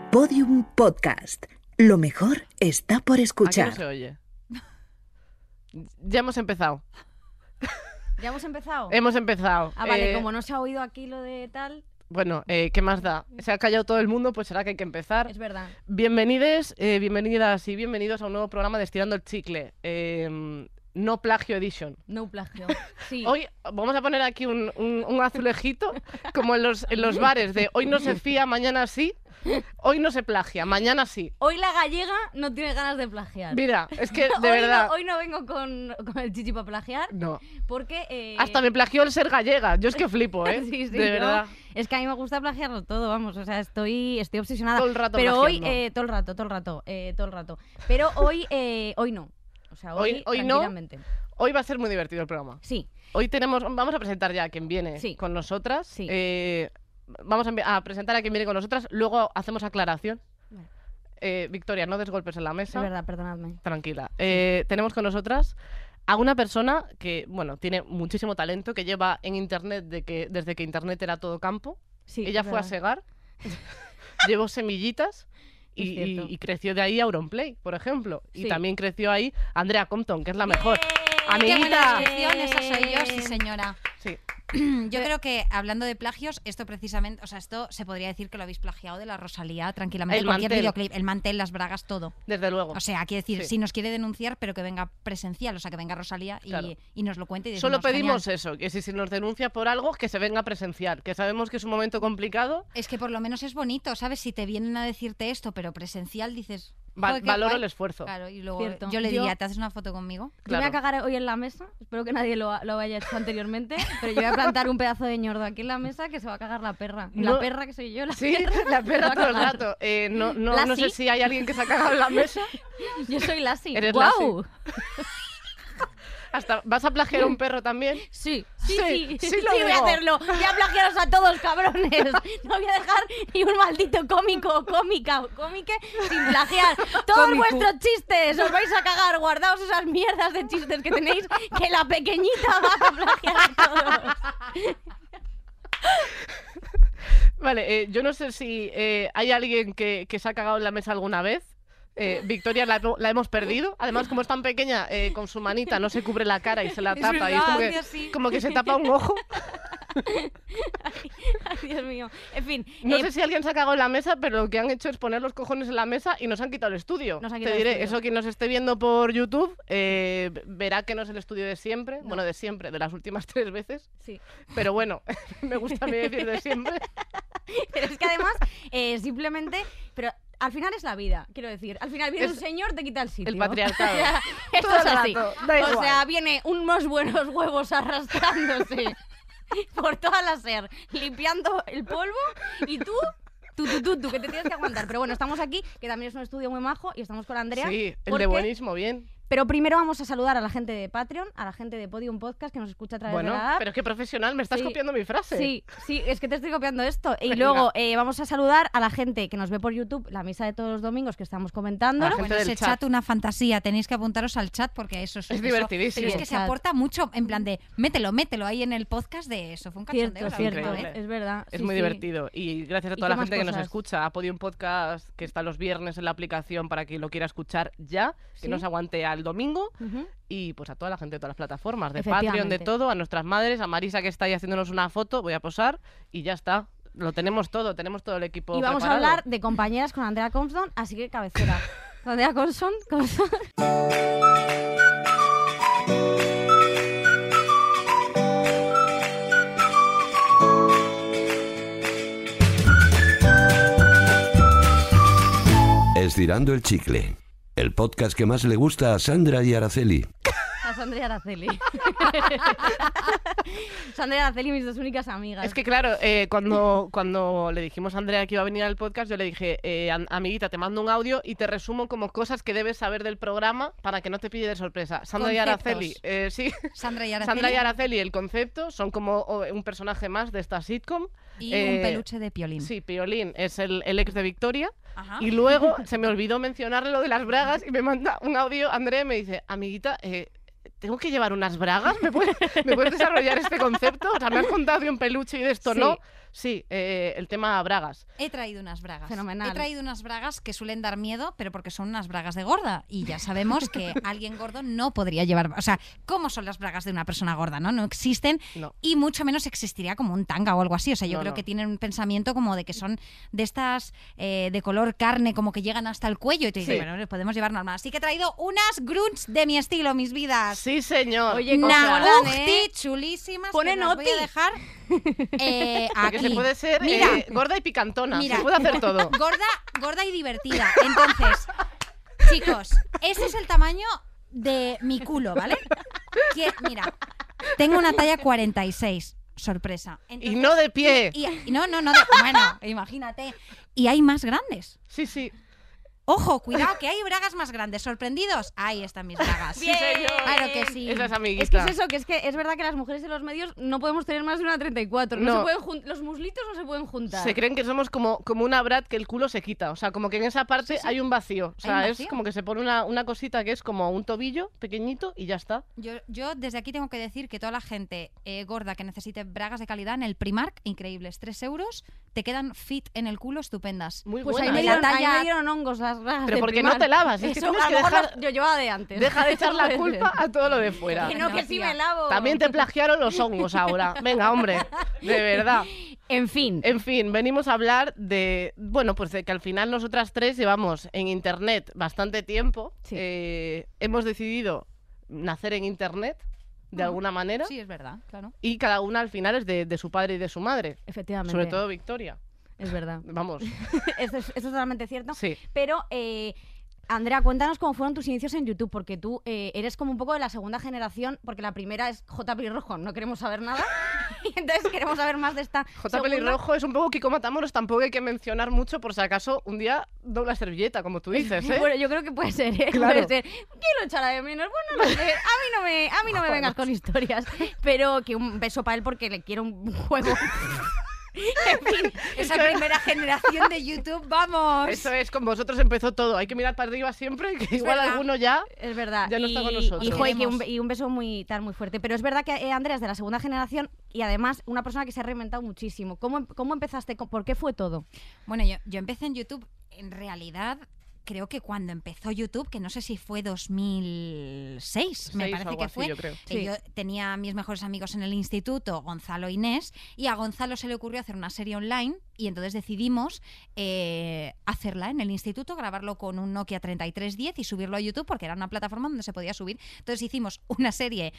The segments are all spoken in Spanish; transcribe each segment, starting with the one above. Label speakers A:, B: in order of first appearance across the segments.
A: Podium Podcast. Lo mejor está por escuchar.
B: Aquí no se oye. Ya hemos empezado.
C: ¿Ya hemos empezado?
B: Hemos empezado.
C: Ah, vale, como no se ha oído aquí lo de tal...
B: Bueno, ¿qué más da? Se ha callado todo el mundo, pues será que hay que empezar.
C: Es verdad.
B: Bienvenidas y bienvenidos a un nuevo programa de Estirando el Chicle. No plagio edition.
C: No plagio. Sí.
B: Hoy vamos a poner aquí un azulejito, como en los bares de hoy no se fía, mañana sí. Hoy no se plagia, mañana sí.
C: Hoy la gallega no tiene ganas de plagiar.
B: Mira, es que de verdad...
C: Hoy no vengo con el chichi para plagiar.
B: No.
C: Porque...
B: Hasta me plagió el ser gallega. Yo es que flipo, ¿eh?
C: Sí,
B: de verdad.
C: Es que a mí me gusta plagiarlo todo, vamos. O sea, estoy obsesionada.
B: Todo el rato
C: pero
B: plagiando.
C: hoy, todo el rato. Pero hoy no. O sea, hoy tranquilamente.
B: No. Hoy va a ser muy divertido el programa.
C: Sí.
B: Hoy vamos a presentar ya a quien viene con nosotras.
C: Sí.
B: Vamos a presentar a quien viene con nosotras. Luego hacemos aclaración. Vale. Victoria, no des golpes en la mesa.
C: Es verdad, perdonadme.
B: Tranquila. Tenemos con nosotras a una persona que, bueno, tiene muchísimo talento, que lleva en internet desde que internet era todo campo.
C: Sí,
B: ella fue a segar, llevó semillitas y creció de ahí Auronplay, por ejemplo.
C: Sí.
B: Y también creció ahí Andrea Compton, que es la mejor.
D: ¡Qué buena
B: ¡Amiguita!
D: descripción! Esa soy yo, sí señora.
B: Sí.
D: Yo creo que, hablando de plagios, esto precisamente, o sea, esto se podría decir que lo habéis plagiado de la Rosalía tranquilamente.
B: El
D: Cualquier
B: mantel.
D: videoclip, el mantel, las bragas, todo.
B: Desde luego.
D: O sea, quiere decir,
B: Sí.
D: si nos quiere denunciar, pero que venga presencial, o sea, que venga Rosalía
B: Claro.
D: y nos lo cuente y decimos,
B: Solo pedimos
D: genial.
B: eso, que si nos denuncia por algo, que se venga presencial, que sabemos que es un momento complicado.
D: Es que por lo menos es bonito, ¿sabes? Si te vienen a decirte esto, pero presencial, dices... "Joder, qué
B: Valoro
D: guay".
B: el esfuerzo.
D: Claro, y luego
C: Cierto.
D: yo le
C: Yo-
D: diría, ¿te haces una foto conmigo?
C: Yo me voy a
B: Claro.
C: cagar hoy en la mesa. Espero que nadie lo haya hecho anteriormente. Pero yo voy a plantar un pedazo de ñordo aquí en la mesa que se va a cagar la perra.
B: No.
C: La perra que soy yo, la
B: Sí,
C: perra.
B: la perra
C: Se va a
B: todo el
C: cagar.
B: rato. No sé
C: Lassie.
B: si hay alguien que se ha cagado en la mesa.
C: Yo soy Lassie.
B: Eres
C: ¡Guau!
B: Hasta ¿vas a plagiar a un perro también?
C: Sí,
B: Sí, lo
C: voy a
B: digo.
C: hacerlo. Voy a plagiaros a todos, cabrones. No voy a dejar ni un maldito cómico o cómica o cómique sin plagiar. Todos
B: Cómico.
C: vuestros chistes os vais a cagar. Guardaos esas mierdas de chistes que tenéis, que la pequeñita va a plagiar a todos.
B: Vale, yo no sé si hay alguien que se ha cagado en la mesa alguna vez. Victoria la hemos perdido. Además, como es tan pequeña, con su manita no se cubre la cara y se la
D: Es
B: tapa. Y es
D: verdad, tío, sí.
B: como que se tapa un ojo.
C: Ay, Dios mío. En fin.
B: No sé si alguien se ha cagado en la mesa, pero lo que han hecho es poner los cojones en la mesa y nos han quitado el estudio.
C: Nos han
B: Te
C: quitado el
B: diré,
C: estudio.
B: eso quien nos esté viendo por YouTube verá que no es el estudio de siempre. Bueno, de siempre, de las últimas 3 veces.
C: Sí.
B: Pero bueno, me gusta a mí decir de siempre.
C: Pero es que además, simplemente... Pero al final es la vida, quiero decir. Al final viene
B: Es
C: un señor, te quita el sitio.
B: el patriarcado.
C: O sea, esto
B: Todo
C: es
B: el
C: así.
B: rato, da
C: O
B: igual.
C: sea, viene unos buenos huevos arrastrándose por toda la SER, limpiando el polvo y tú, que te tienes que aguantar. Pero bueno, estamos aquí, que también es un estudio muy majo, y estamos con Andrea.
B: Sí, el
C: porque-
B: de buenísimo, bien.
C: Pero primero vamos a saludar a la gente de Patreon, a la gente de Podium Podcast, que nos escucha a través de
B: Bueno,
C: la app.
B: pero es que profesional, me estás
C: Sí.
B: copiando mi frase.
C: Sí, es que te estoy copiando esto. Y
B: Venga.
C: luego vamos a saludar a la gente que nos ve por YouTube, la misa de todos los domingos que estamos comentando.
B: A la gente
D: Bueno,
B: del
D: ese
B: chat.
D: chat, una fantasía. Tenéis que apuntaros al chat porque eso
B: Es divertidísimo.
D: Pero es
C: Sí,
D: que
C: el
D: se
C: chat.
D: aporta mucho, en plan de mételo ahí en el podcast de eso. Fue un cachondeo.
C: Cierto,
D: la
C: cierto,
D: verdad,
B: increíble.
C: es verdad.
B: Es
C: sí,
B: muy
C: sí.
B: divertido. Y gracias a
C: ¿Y
B: toda
C: qué
B: la
C: más
B: gente que nos
C: cosas?
B: escucha. A Podium Podcast, que está los viernes en la aplicación para quien lo quiera escuchar ya. Que
C: Sí.
B: no se aguante al domingo.
C: Ujú.
B: Y pues a toda la gente de todas las plataformas. De
C: Efectivamente.
B: Patreon, de todo. A nuestras madres. A Marisa, que está ahí haciéndonos una foto. Voy a posar. Y ya está. Lo tenemos todo. Tenemos todo el equipo
C: Y vamos
B: preparado.
C: a hablar de compañeras con Andrea Compton, así que cabecera. Andrea Compton.
E: Estirando el chicle, el podcast que más le gusta a Sandra y Araceli.
C: A Sandra y Araceli. Sandra y Araceli, mis dos únicas amigas.
B: Es que claro, cuando le dijimos a Andrea que iba a venir al podcast, yo le dije, amiguita, te mando un audio y te resumo como cosas que debes saber del programa para que no te pille de sorpresa. Sandra y Araceli, sí.
D: Sandra y Araceli.
B: Sandra y Araceli, el concepto, son como un personaje más de esta sitcom.
D: Y un peluche de Piolín.
B: Sí, Piolín es el ex de Victoria.
D: Ajá.
B: Y luego se me olvidó mencionarle lo de las bragas y me manda un audio, Andrea, y me dice, amiguita, ¿tengo que llevar unas bragas? ¿Me puedes desarrollar este concepto? O sea, me has contado de un peluche y de esto
C: Sí.
B: no. Sí, el tema bragas.
D: He traído unas bragas.
C: Fenomenal.
D: He traído unas bragas que suelen dar miedo, pero porque son unas bragas de gorda. Y ya sabemos que alguien gordo no podría llevar... O sea, ¿cómo son las bragas de una persona gorda? No existen.
B: No.
D: Y mucho menos existiría como un tanga o algo así. O sea, yo
B: No,
D: creo
B: no.
D: que tienen un pensamiento como de que son de estas de color carne, como que llegan hasta el cuello. Y te dicen,
B: Sí.
D: bueno, les podemos llevar normal. Así que he traído unas grunts de mi estilo, mis vidas.
B: Sí, señor.
C: Oye,
B: O sea,
C: Nagujti,
D: chulísimas.
C: Pone
D: que las voy a
C: noti.
D: dejar
B: porque
D: aquí.
B: se puede ser
D: Mira,
B: gorda y picantona.
D: mira.
B: Se puede hacer todo.
D: gorda y divertida. Entonces, chicos, ese es el tamaño de mi culo, ¿vale? Que, mira, tengo una talla 46. Sorpresa.
B: Y
D: Entonces,
B: no de pie.
D: y no, bueno, imagínate. Y hay más grandes.
B: Sí, sí.
D: Ojo, cuidado, que hay bragas más grandes. ¿Sorprendidos? Ahí están mis bragas.
C: Bien.
B: señor.
D: Claro que sí.
B: Esa es amiguita.
C: Es que es eso, que es verdad que las mujeres en los medios no podemos tener más de una 34. No.
B: No.
C: Se pueden los muslitos no se pueden juntar.
B: Se creen que somos como una brat que el culo se quita. O sea, como que en esa parte hay un vacío. O
D: Hay
B: sea,
D: un
B: es
D: vacío.
B: como que se pone una cosita que es como un tobillo pequeñito y ya está.
D: Yo desde aquí tengo que decir que toda la gente gorda que necesite bragas de calidad en el Primark, increíbles, 3 euros, te quedan fit en el culo estupendas.
B: Muy
C: Pues
B: buena.
C: ahí me,
D: la
C: dieron, ahí
D: talla-
C: me dieron hongos las bragas.
B: Pero
C: de
B: ¿por qué no
C: Primark.
B: te lavas? Es que
C: Eso,
B: tienes
C: a
B: que
C: lo mejor
B: dejar-
C: yo llevaba de antes.
B: Deja de echar la
C: Puede
B: culpa
C: ser.
B: a todo lo de fuera.
C: Que no,
D: No,
C: que sí
D: tía.
C: me lavo.
B: También te plagiaron los hongos ahora. Venga, hombre, de verdad.
C: En fin.
B: En fin, venimos a hablar de, bueno, pues de que al final nosotras tres llevamos en Internet bastante tiempo.
C: Sí.
B: Hemos decidido nacer en Internet, de alguna manera,
D: Sí, es verdad, claro.
B: y cada una al final es de su padre y de su madre.
C: Efectivamente.
B: Sobre todo Victoria.
C: Es verdad.
B: Vamos,
C: Esto es totalmente cierto.
B: sí.
C: Pero, Andrea, cuéntanos cómo fueron tus inicios en YouTube, porque tú eres como un poco de la segunda generación, porque la primera es J. Pelirrojo, no queremos saber nada. Y entonces queremos saber más de esta
B: J.
C: segunda.
B: Pelirrojo es un poco Kiko Matamoros, tampoco hay que mencionar mucho por si acaso un día dobla servilleta, como tú dices, ¿eh?
C: Bueno, yo creo que puede ser, ¿eh?
B: Claro.
C: Puede ser. ¿Quién lo echará de menos? Bueno, no sé. A mí no me vengas con historias. Pero que un beso para él porque le quiero un juego. En fin,
D: Esa primera generación de YouTube, vamos.
B: Eso es, con vosotros empezó todo. Hay que mirar para arriba siempre, que igual
D: verdad.
B: alguno ya...
C: es verdad.
B: Ya no está con nosotros.
C: Y, joder,
D: Queremos.
C: y un beso muy fuerte. Pero es verdad que Andrea es de la segunda generación y además una persona que se ha reinventado muchísimo. ¿Cómo empezaste? ¿Por qué fue todo?
D: Bueno, yo empecé en YouTube, en realidad, creo que cuando empezó YouTube, que no sé si fue 2006, me
B: Seis,
D: parece
B: algo
D: que
B: así,
D: fue.
B: yo creo.
C: Sí.
D: Yo tenía a mis mejores amigos en el instituto, Gonzalo e Inés, y a Gonzalo se le ocurrió hacer una serie online y entonces decidimos hacerla en el instituto, grabarlo con un Nokia 3310 y subirlo a YouTube porque era una plataforma donde se podía subir. Entonces hicimos una serie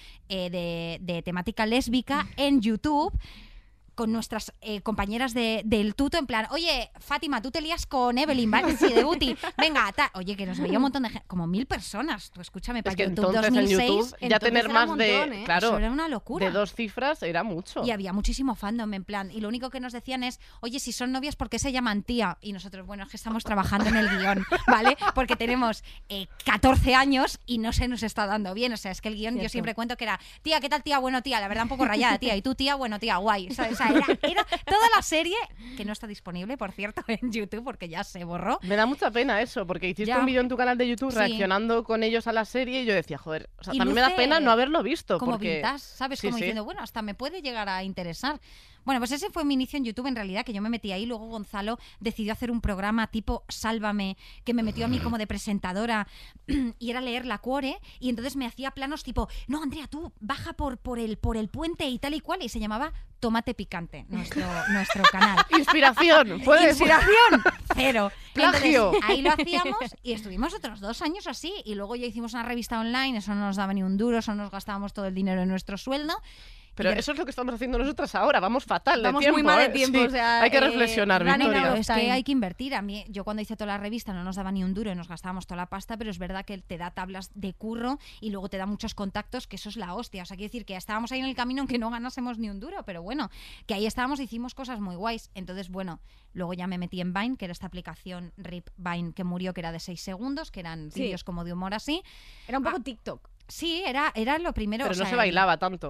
D: de temática lésbica en YouTube con nuestras compañeras del tuto, en plan, oye, Fátima, tú te lías con Evelyn, ¿vale? Sí, de Buti. Venga, oye, que nos veía un montón de gente, como 1000 personas. Tú escúchame, para
B: Es que
D: YouTube
B: entonces
D: 2006,
B: en YouTube ya
C: entonces
B: tener
C: era
B: más
C: un
B: de...
C: montón, ¿eh?
B: Claro,
D: eso era una locura.
B: de 2 cifras era mucho.
D: Y había muchísimo fandom, en plan. Y lo único que nos decían es, oye, si son novias, ¿por qué se llaman tía? Y nosotros, bueno, es que estamos trabajando en el guión, ¿vale? Porque tenemos 14 años y no se nos está dando bien. O sea, es que el guión, yo
C: Cierto.
D: siempre cuento que era, tía, ¿qué tal, tía? Bueno, tía, la verdad un poco rayada, tía. Y tú, tía, bueno, tía, guay. ¿Sabes? O sea, era toda la serie, que no está disponible, por cierto, en YouTube, porque ya se borró.
B: Me da mucha pena eso, porque hiciste
D: Ya.
B: un vídeo en tu canal de YouTube
D: Sí.
B: reaccionando con ellos a la serie y yo decía, joder, o sea,
D: Y
B: también me da
D: luce
B: pena no haberlo visto.
D: Como
B: porque...
D: vintage, ¿sabes?
B: Sí,
D: Como
B: sí.
D: diciendo, bueno, hasta me puede llegar a interesar. Bueno, pues ese fue mi inicio en YouTube, en realidad, que yo me metí ahí. Luego Gonzalo decidió hacer un programa tipo Sálvame, que me metió a mí como de presentadora y era leer la cuore. Y entonces me hacía planos tipo, no, Andrea, tú baja por el puente y tal y cual. Y se llamaba Tomate Picante, nuestro canal.
B: Inspiración, puede ser.
D: ¡Inspiración! Cero.
B: Plagio.
D: Entonces, ahí lo hacíamos y estuvimos otros 2 años así. Y luego ya hicimos una revista online, eso no nos daba ni un duro, eso nos gastábamos todo el dinero en nuestro sueldo.
B: Pero
D: Y
B: eso es lo que estamos haciendo nosotras ahora. Vamos fatal de
C: Vamos
B: tiempo.
C: muy mal de
B: ¿eh?
C: tiempo,
B: Sí,
C: o sea,
B: hay que reflexionar,
C: running
B: Victoria.
C: out
D: Claro,
C: of
D: es que
C: time.
D: hay que invertir. A mí, yo cuando hice toda la revista no nos daba ni un duro y nos gastábamos toda la pasta, pero es verdad que te da tablas de curro y luego te da muchos contactos, que eso es la hostia. O sea, quiere decir que estábamos ahí en el camino aunque no ganásemos ni un duro, pero bueno, que ahí estábamos y hicimos cosas muy guays. Entonces, bueno, luego ya me metí en Vine, que era esta aplicación RIP Vine que murió, que era de 6 segundos, que eran
C: Sí.
D: vídeos como de humor así.
C: Era un poco TikTok.
D: Sí, era lo primero.
B: Pero
D: o
B: no
D: sea,
B: se bailaba tanto.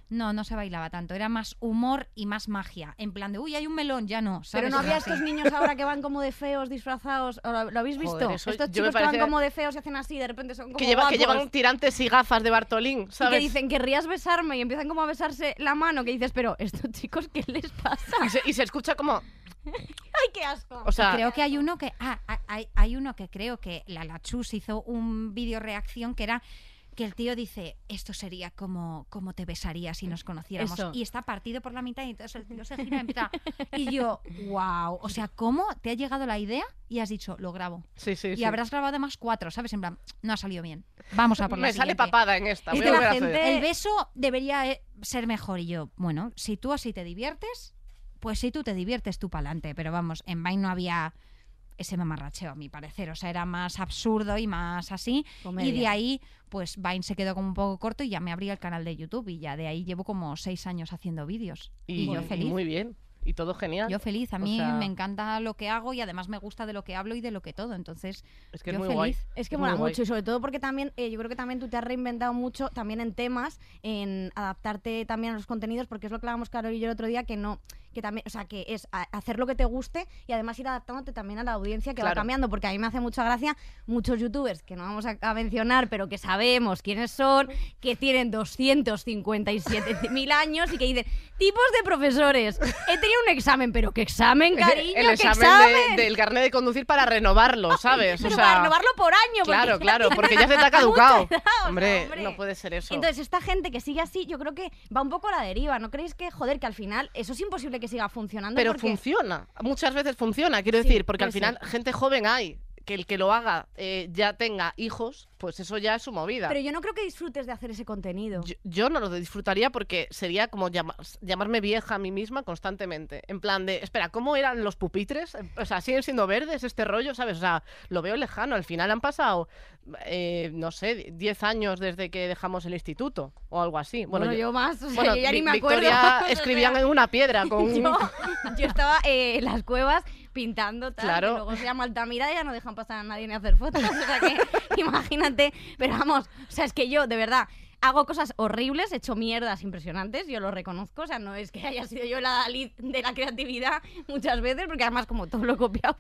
D: No se bailaba tanto. Era más humor y más magia. En plan de, uy, hay un melón, ya no. ¿sabes?
C: Pero no había
D: Así.
C: estos niños ahora que van como de feos, disfrazados. ¿Lo habéis visto?
B: Joder, eso
C: Estos
B: yo me
C: chicos que van
B: parece-
C: como de feos y hacen así, de repente son como
B: Que
C: guapos.
B: llevan tirantes y gafas de Bartolín,
C: Y
B: ¿sabes?
C: que dicen, ¿querrías besarme? Y empiezan como a besarse la mano. Que dices, pero estos chicos, ¿qué les pasa?
B: Y se escucha como...
C: ¡Ay, qué asco!
B: O sea,
D: Creo que hay uno que... hay uno que creo que la Chus hizo un vídeo reacción que era... que el tío dice, esto sería como te besaría si nos conociéramos.
C: Eso.
D: Y está partido por la mitad y entonces el tío se gira y empieza... Y yo, wow, o sea, ¿cómo te ha llegado la idea y has dicho, lo grabo?
B: sí.
D: Y habrás grabado además 4, ¿sabes? En plan, no ha salido bien. Vamos a por la
B: Me sale
D: siguiente.
B: papada en esta.
C: Es
B: Voy
C: que
B: a
C: la
B: volver a hacer.
C: gente-
D: El beso debería ser mejor. Y yo, bueno, si tú así te diviertes, pues si tú te diviertes, tú pa'lante. Pero vamos, en Vine no había ese mamarracheo, a mi parecer. O sea, era más absurdo y más así.
C: Comedia.
D: Y de ahí, pues Vine se quedó como un poco corto y ya me abrí el canal de YouTube. Y ya de ahí llevo como 6 años haciendo vídeos. Y yo feliz.
B: Muy bien. Y todo genial.
D: Yo feliz. A
B: O
D: mí
B: sea,
D: me encanta lo que hago y además me gusta de lo que hablo y de lo que todo. Entonces,
B: Es que
D: yo
B: es muy
D: feliz.
B: guay.
C: Es que
B: muy
C: mola
B: guay.
C: mucho y sobre todo porque también yo creo que también tú te has reinventado mucho también en temas, en adaptarte también a los contenidos, porque es lo que hablábamos Carol y yo el otro día, que no, que también, o sea, que es hacer lo que te guste y además ir adaptándote también a la audiencia que va
B: Claro.
C: cambiando, porque a mí me hace mucha gracia muchos youtubers que no vamos a mencionar, pero que sabemos quiénes son, que tienen 257.000 años y que dicen, tipos de profesores, he tenido un examen, pero ¿qué examen, cariño?
B: El
C: ¿Qué
B: examen del carnet de conducir para renovarlo, ¿sabes?
C: Pero
B: o sea,
C: para renovarlo por año.
B: Claro,
C: porque
B: claro, porque ya se te ha caducado.
C: Mucha edad, o sea,
B: Hombre,
C: hombre.
B: no puede ser eso.
C: Entonces, esta gente que sigue así, yo creo que va un poco a la deriva. ¿No creéis que, joder, que al final eso es imposible que siga funcionando?
B: Pero
C: porque...
B: funciona, muchas veces funciona, quiero
C: Sí,
B: decir, porque al
C: puede
B: final gente joven hay, que el que lo haga ya tenga hijos, pues eso ya es su movida.
C: Pero yo no creo que disfrutes de hacer ese contenido.
B: Yo no lo disfrutaría porque sería como llamarme vieja a mí misma constantemente. En plan de, espera, ¿cómo eran los pupitres? O sea, ¿siguen siendo verdes este rollo? ¿Sabes? O sea, lo veo lejano. Al final han pasado, no sé, 10 años desde que dejamos el instituto o algo así.
C: Bueno, yo más, o sea,
B: bueno,
C: yo ya ni me acuerdo.
B: Victoria
C: O sea,
B: escribían en una piedra con...
C: yo estaba en las cuevas pintando tal,
B: Claro.
C: que luego se llama Altamira y ya no dejan pasar a nadie ni hacer fotos. O sea que imagínate, pero vamos, o sea, es que yo, de verdad, hago cosas horribles, he hecho mierdas impresionantes, yo lo reconozco, o sea, no es que haya sido yo la Dalí de la creatividad muchas veces, porque además como todo lo he copiado,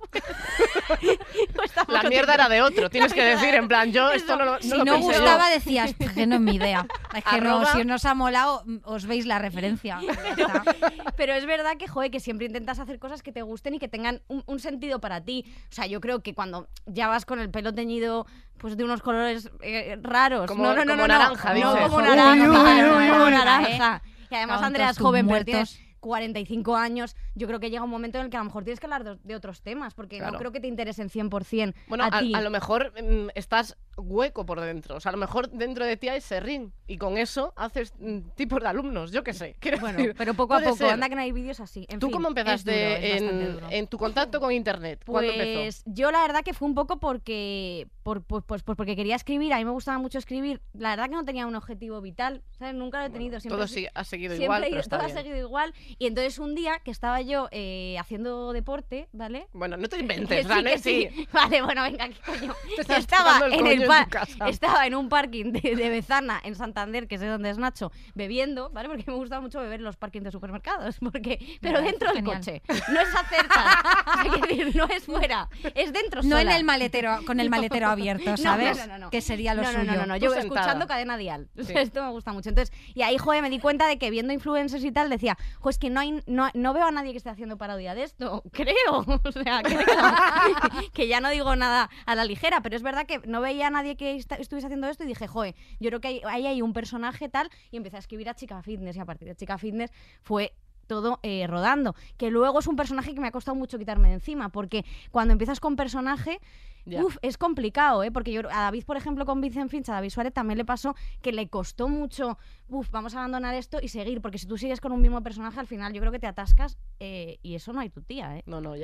C: pues tampoco
B: La mierda
C: te-
B: era de otro, tienes que decir, en plan, yo esto no lo
D: Si
B: lo
D: no
B: pensé yo.
D: gustaba, decías, "Pff, que no es mi idea. Es que no,
B: Arroba-
D: si no os ha molado, os veis la referencia. Ya está.
C: Pero es verdad que, joder, que siempre intentas hacer cosas que te gusten y que tengan un sentido para ti. O sea, yo creo que cuando ya vas con el pelo teñido pues de unos colores raros.
B: Como-
C: no,
B: como naranja,
C: no,
B: dices.
C: como
B: Uy,
C: naranja,
B: uy,
C: no,
B: uy,
C: como
B: uy.
C: naranja. Y además
D: Con
C: Andrea
D: todos
C: es
D: tus
C: joven, pero
D: muertos.
C: tiene 45 años. Yo creo que llega un momento en el que a lo mejor tienes que hablar de otros temas, porque
B: Claro.
C: no creo que te interesen 100%
B: Bueno,
C: a ti.
B: a lo mejor estás hueco por dentro. O sea, a lo mejor dentro de ti hay serrín. Y con eso haces tipos de alumnos. Yo qué sé. Quiero
C: Bueno,
B: decir,
C: pero poco a
B: puede
C: poco,
B: ser.
C: anda que no hay vídeos así. En
B: ¿Tú
C: fin,
B: cómo
C: es duro,
B: empezaste
C: es bastante duro.
B: en tu contacto con internet? ¿Cuándo empezó?
C: Pues yo la verdad que fue un poco porque porque quería escribir, a mí me gustaba mucho escribir. La verdad que no tenía un objetivo vital, ¿sabes? Nunca lo he tenido. Siempre
B: Todo
C: he sido-
B: ha seguido
C: siempre
B: igual,
C: he
B: pero
C: ido-
B: está
C: todo ha
B: bien.
C: seguido igual. Y entonces un día que estaba yo haciendo deporte, ¿vale?
B: Bueno, no te
C: Que
B: inventes,
C: sí,
B: ¿vale?
C: que sí. Vale, bueno, venga, ¿qué coño?
B: Te estás
C: Estaba
B: tocando el
C: en,
B: coño
C: el
B: en tu casa.
C: estaba en un parking de Bezana, en Santander, que sé dónde es Nacho, bebiendo, ¿vale? Porque me gusta mucho beber en los parkings de supermercados. Pero
D: parece
C: dentro del
D: genial.
C: coche. No es acerca. Es decir, no es fuera. Es dentro
D: No en
C: sola.
D: el maletero, con el maletero abierto,
C: No,
D: ¿sabes?
C: no.
D: Que sería lo
C: no,
D: suyo.
C: No,
B: Tú
C: yo
B: sentada.
C: escuchando cadena dial. O sea,
B: Sí.
C: esto me gusta mucho. Entonces, y ahí, joder, me di cuenta de que viendo influencers y tal, decía, pues que no veo a nadie que esté haciendo parodia de esto. Creo. O sea, que ya no digo nada a la ligera, pero es verdad que no veía a nadie que estuviese haciendo esto y dije, joder, yo creo que ahí hay un personaje tal, y empecé a escribir a Chica Fitness, y a partir de Chica Fitness fue todo rodando, que luego es un personaje que me ha costado mucho quitarme de encima, porque cuando empiezas con personaje,
B: Ya.
C: es complicado, porque yo a David, por ejemplo, con Vincent Finch, a David Suárez también le pasó que le costó mucho, vamos a abandonar esto y seguir, porque si tú sigues con un mismo personaje, al final yo creo que te atascas y eso no hay tu tía,
B: No, ya.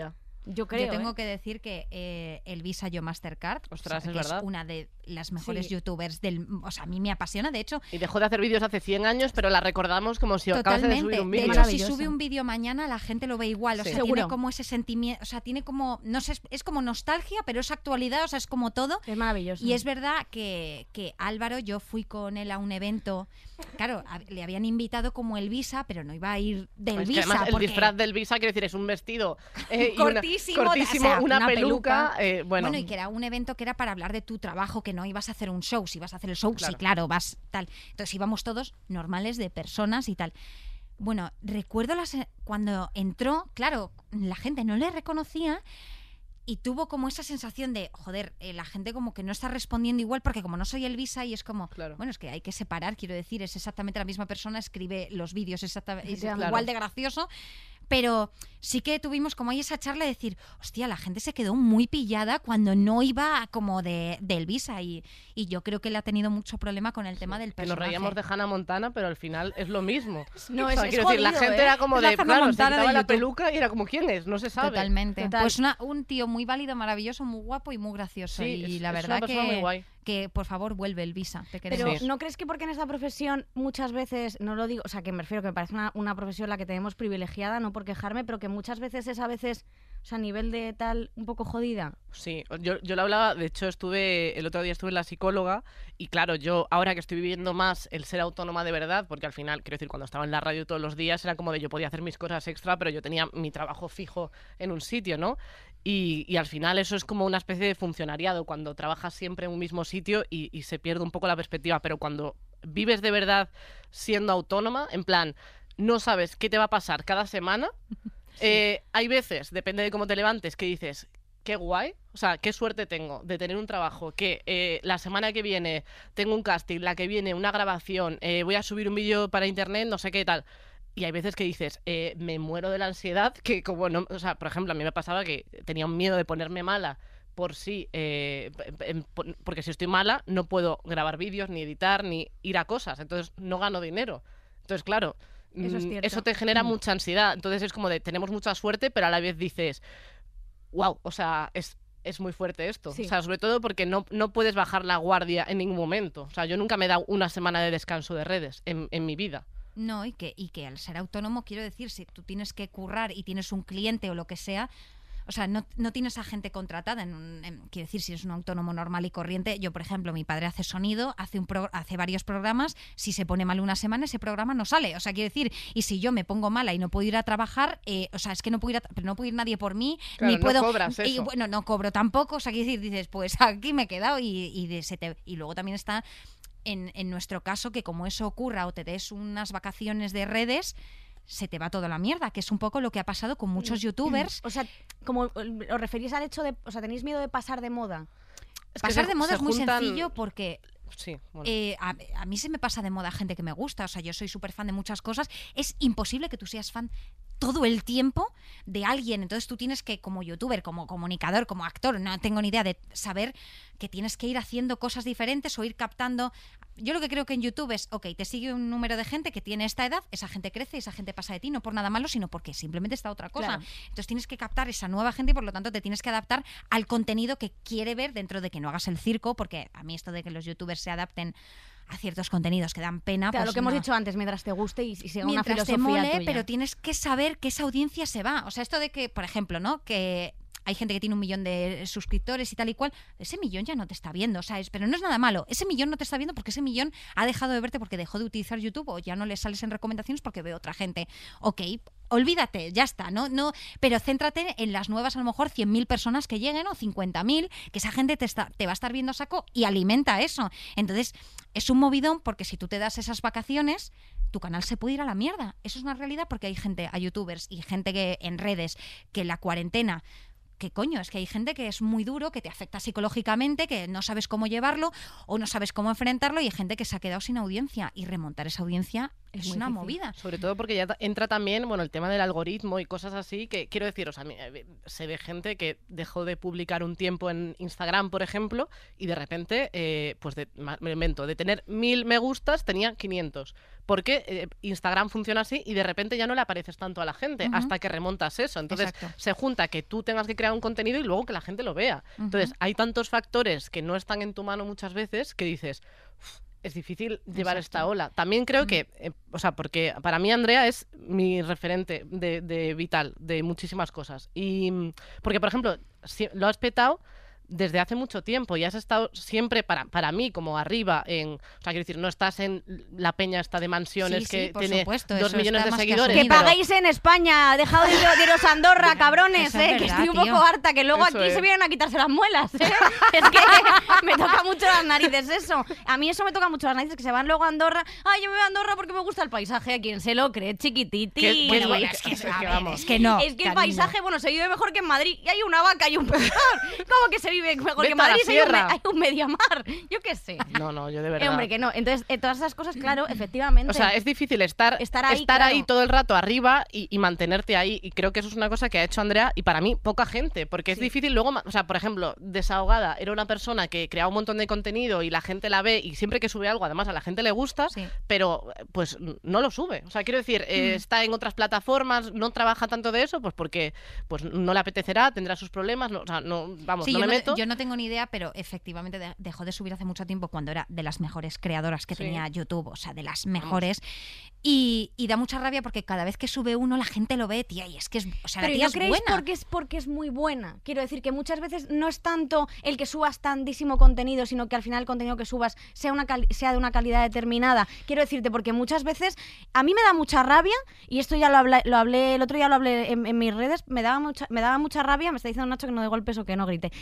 C: Yo creo.
D: Yo tengo que decir que Elvisa Yo Mastercard,
B: Ostras,
D: que
B: es verdad.
D: es una de las mejores
C: Sí.
D: youtubers del... O sea, a mí me apasiona, de hecho...
B: Y dejó de hacer vídeos hace 100 años, pero la recordamos como si acabase de subir un
D: De
B: vídeo.
D: hecho, si
C: Maravillosa.
D: sube un vídeo mañana, la gente lo ve igual. O
B: Sí.
D: sea,
C: Seguro.
D: tiene como ese sentimiento... O sea, tiene como... No sé, es como nostalgia, pero es actualidad, o sea, es como todo.
C: Es maravilloso.
D: Y es verdad que Álvaro, yo fui con él a un evento. Claro, le habían invitado como Elvisa, pero no iba a ir de
B: Es que
D: Elvisa.
B: además el
D: porque...
B: disfraz del Visa, quiere decir, es un vestido y
D: Cortísimo,
B: cortísimo,
D: o sea,
B: una
D: una
B: peluca.
D: peluca.
B: Bueno,
D: Bueno, y que era un evento que era para hablar de tu trabajo, que no ibas a hacer un show. Si ibas a hacer el show, sí,
B: Claro.
D: claro, vas tal. Entonces íbamos todos normales de personas y tal. Bueno, recuerdo cuando entró, claro, la gente no le reconocía y tuvo como esa sensación de, joder, la gente como que no está respondiendo igual porque como no soy Elvisa y es como,
B: Claro.
D: bueno, es que hay que separar, quiero decir, es exactamente la misma persona, escribe los vídeos exactamente es
C: Claro.
D: igual de gracioso, pero sí que tuvimos como ahí esa charla de decir, hostia, la gente se quedó muy pillada cuando no iba como de Elvisa y yo creo que él ha tenido mucho problema con el tema del
B: que nos
D: personaje.
B: reíamos de Hannah Montana, pero al final es lo mismo.
C: No,
B: O sea,
C: es
B: quiero decir, la
C: jodido,
B: gente
C: ¿eh?
B: era como
D: Es la
B: de,
D: Hannah
B: claro, se
D: Montana de
B: quitaba la
D: YouTube.
B: peluca y era como, ¿quién es? No se sabe.
D: Totalmente.
C: Total.
D: Pues un tío muy válido, maravilloso, muy guapo y muy gracioso.
B: Sí,
D: y
B: es
D: la
B: una
D: verdad
B: persona muy guay.
D: que por favor vuelve Elvisa, te
C: Pero
D: queremos.
B: Sí.
C: ¿no crees que porque en esta profesión muchas veces, no lo digo, o sea, que me refiero que me parece una profesión la que tenemos privilegiada, no por quejarme, pero que muchas veces es a veces, o sea, a nivel de tal, un poco jodida?
B: Sí, yo lo hablaba, de hecho el otro día estuve en la psicóloga y claro, yo ahora que estoy viviendo más el ser autónoma de verdad, porque al final, quiero decir, cuando estaba en la radio todos los días era como de yo podía hacer mis cosas extra, pero yo tenía mi trabajo fijo en un sitio, ¿no? Y al final eso es como una especie de funcionariado, cuando trabajas siempre en un mismo sitio y se pierde un poco la perspectiva, pero cuando vives de verdad siendo autónoma, en plan, no sabes qué te va a pasar cada semana. Hay veces, depende de cómo te levantes, que dices, qué guay, o sea, qué suerte tengo de tener un trabajo que la semana que viene tengo un casting, la que viene una grabación, voy a subir un vídeo para internet, no sé qué tal. Y hay veces que dices, me muero de la ansiedad, que como no, o sea, por ejemplo, a mí me pasaba que tenía un miedo de ponerme mala por sí, porque si estoy mala no puedo grabar vídeos, ni editar, ni ir a cosas, entonces no gano dinero. Entonces, claro,
C: Eso es cierto.
B: eso te genera mucha ansiedad. Entonces es como de, tenemos mucha suerte, pero a la vez dices, wow, o sea, es muy fuerte esto.
C: Sí.
B: O sea, sobre todo porque no puedes bajar la guardia en ningún momento. O sea, yo nunca me he dado una semana de descanso de redes en mi vida.
D: No, y que al ser autónomo, quiero decir, si tú tienes que currar y tienes un cliente o lo que sea, o sea, no tienes a gente contratada. Quiero decir, si eres un autónomo normal y corriente, yo, por ejemplo, mi padre hace sonido, hace varios programas, si se pone mal una semana, ese programa no sale. O sea, quiero decir, y si yo me pongo mala y no puedo ir a trabajar, o sea, es que no puedo pero no puede ir nadie por mí,
B: Claro,
D: ni
B: no
D: puedo...
B: cobras
D: y
B: eso.
D: bueno, no cobro tampoco, o sea, quiero decir, dices, pues aquí me he quedado y luego también está... En nuestro caso, que como eso ocurra o te des unas vacaciones de redes, se te va toda la mierda, que es un poco lo que ha pasado con muchos youtubers.
C: O sea, como os referís al hecho de, o sea, ¿tenéis miedo de pasar de moda?
B: Es que
D: Pasar
B: se-
D: de moda
B: se
D: es muy
B: juntan-
D: sencillo porque
B: Sí, bueno.
D: a mí se me pasa de moda gente que me gusta, o sea, yo soy súper fan de muchas cosas. Es imposible que tú seas fan todo el tiempo de alguien, entonces tú tienes que, como youtuber, como comunicador, como actor, no tengo ni idea de saber que tienes que ir haciendo cosas diferentes o ir captando. Yo lo que creo que en YouTube es, ok, te sigue un número de gente que tiene esta edad, esa gente crece, esa gente pasa de ti, no por nada malo, sino porque simplemente está otra cosa.
C: Claro.
D: Entonces tienes que captar esa nueva gente y por lo tanto te tienes que adaptar al contenido que quiere ver dentro de que no hagas el circo, porque a mí esto de que los youtubers se adapten a ciertos contenidos que dan pena,
C: Claro,
D: pues
C: lo que hemos
D: no.
C: dicho antes, mientras te guste y siga una
D: Mientras te
C: filosofía
D: mole,
C: tuya.
D: pero tienes que saber que esa audiencia se va. O sea, esto de que, por ejemplo, ¿no? Que hay gente que tiene 1 millón de suscriptores y tal y cual, ese millón ya no te está viendo, ¿sabes? Pero no es nada malo. Ese millón no te está viendo porque ese millón ha dejado de verte porque dejó de utilizar YouTube o ya no le sales en recomendaciones porque ve otra gente. Ok, olvídate, ya está, ¿no? Pero céntrate en las nuevas, a lo mejor 100.000 personas que lleguen o 50.000, que esa gente te va a estar viendo a saco y alimenta eso. Entonces, es un movidón porque si tú te das esas vacaciones, tu canal se puede ir a la mierda. Eso es una realidad porque hay gente, hay youtubers y gente que en redes que la cuarentena... ¿Qué coño? Es que hay gente que es muy duro, que te afecta psicológicamente, que no sabes cómo llevarlo o no sabes cómo enfrentarlo y hay gente que se ha quedado sin audiencia y remontar esa audiencia Es
C: muy
D: una
C: difícil.
D: movida.
B: Sobre todo porque ya entra también, bueno, el tema del algoritmo y cosas así, que quiero decir, o sea, se ve gente que dejó de publicar un tiempo en Instagram, por ejemplo, y de repente, pues me invento, de tener 1000 me gustas, tenía 500. Porque Instagram funciona así y de repente ya no le apareces tanto a la gente hasta que remontas eso. Entonces
D: Exacto.
B: se junta que tú tengas que crear un contenido y luego que la gente lo vea. Entonces hay tantos factores que no están en tu mano muchas veces que dices... Es difícil llevar esta ola. También creo que, o sea, porque para mí Andrea es mi referente de vital, de muchísimas cosas. Y porque, por ejemplo, lo has petado desde hace mucho tiempo y has estado siempre para mí como arriba en, o sea, quiero decir, no estás en la peña esta de mansiones
D: Sí,
B: que
D: por
B: tiene
D: supuesto,
B: 2
D: eso
B: millones
D: está
B: de
D: más que
B: seguidores.
C: Que
D: asumido.
C: pagáis en España, dejad de iros a Andorra, cabrones,
D: Eso es
C: que
D: verdad,
C: estoy un poco
D: tío.
C: harta, que luego
B: Eso
C: aquí
B: es.
C: se vienen a quitarse las muelas, ¿eh? Es que me toca mucho las narices eso. A mí eso me toca mucho las narices, que se van luego a Andorra. Ay, yo me voy a Andorra porque me gusta el paisaje. ¿A quién se lo cree, chiquititi?
B: Bueno,
D: es que, a ver,
B: vamos.
D: es que no.
C: Es que el
D: cariño.
C: paisaje, bueno, se vive mejor que en Madrid. Y hay una vaca y un pastor. ¿Cómo que se vive mejor
B: Vete
C: que en
B: a la
C: Madrid? Si hay un,
B: sierra.
C: hay un mediamar. Yo qué sé.
B: No, yo de verdad.
C: Hombre, que no. Entonces, todas esas cosas, claro, efectivamente.
B: O sea, es difícil estar
C: ahí, claro.
B: todo el rato arriba y mantenerte ahí. Y creo que eso es una cosa que ha hecho Andrea y para mí poca gente. Porque es difícil luego, o sea, por ejemplo, Desahogada era una persona que creaba un montón de contenido y la gente la ve y siempre que sube algo, además a la gente le gusta,
D: Sí.
B: pero pues no lo sube. O sea, quiero decir, está en otras plataformas, no trabaja tanto de eso, pues porque pues no le apetecerá, tendrá sus problemas. No, o sea, no, vamos,
D: Sí,
B: no
D: yo,
B: me meto.
D: yo no tengo ni idea, pero efectivamente dejó de subir hace mucho tiempo cuando era de las mejores creadoras que
B: Sí.
D: tenía YouTube, o sea, de las mejores. Y da mucha rabia porque cada vez que sube uno la gente lo ve, tía, y es que es, o sea,
C: Pero
D: la
C: ¿y
D: tía
C: no
D: es
C: creéis
D: buena.
C: porque es muy buena? Quiero decir que muchas veces no es tanto el que subas tantísimo contenido, sino que al final el contenido que subas sea de una calidad determinada. Quiero decirte, porque muchas veces a mí me da mucha rabia, y esto ya lo hablé el otro día, lo hablé en mis redes, me daba mucha rabia, me está diciendo Nacho que no dé golpes o que no grite.